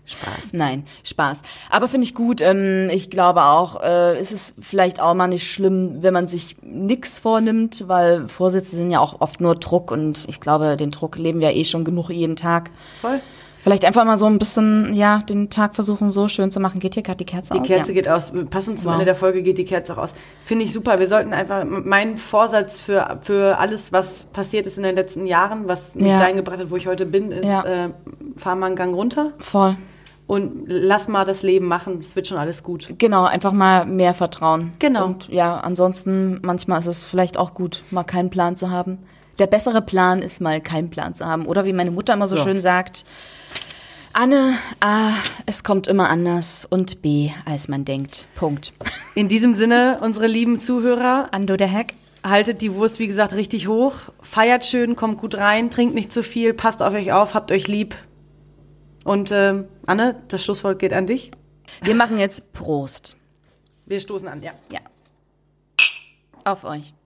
Spaß. Nein, Spaß. Aber finde ich gut. Ähm, ich glaube auch, äh, ist es vielleicht auch mal nicht schlimm, wenn man sich nix vornimmt, weil Vorsätze sind ja auch oft nur Druck und ich glaube, den Druck leben wir eh schon genug jeden Tag. Voll. Vielleicht einfach mal so ein bisschen, ja, den Tag versuchen so schön zu machen. Geht hier gerade die Kerze Die aus? Kerze Ja. geht aus. Passend zum Wow. Ende der Folge geht die Kerze auch aus. Finde ich super. Wir sollten einfach, mein Vorsatz für, für alles, was passiert ist in den letzten Jahren, was mich Ja. dahin gebracht hat, wo ich heute bin, ist, Ja. äh, fahr mal einen Gang runter Voll. und lass mal das Leben machen. Es wird schon alles gut. Genau, einfach mal mehr Vertrauen. Genau. Und ja, ansonsten, manchmal ist es vielleicht auch gut, mal keinen Plan zu haben. Der bessere Plan ist mal keinen Plan zu haben. Oder wie meine Mutter immer so, So. schön sagt, Anne, A, es kommt immer anders und B, als man denkt. Punkt. In diesem Sinne, unsere lieben Zuhörer, Ando der Heck. haltet die Wurst, wie gesagt, richtig hoch. Feiert schön, kommt gut rein, trinkt nicht zu viel, passt auf euch auf, habt euch lieb. Und äh, Anne, das Schlusswort geht an dich. Wir machen jetzt Prost. Wir stoßen an, ja. Ja. Auf euch.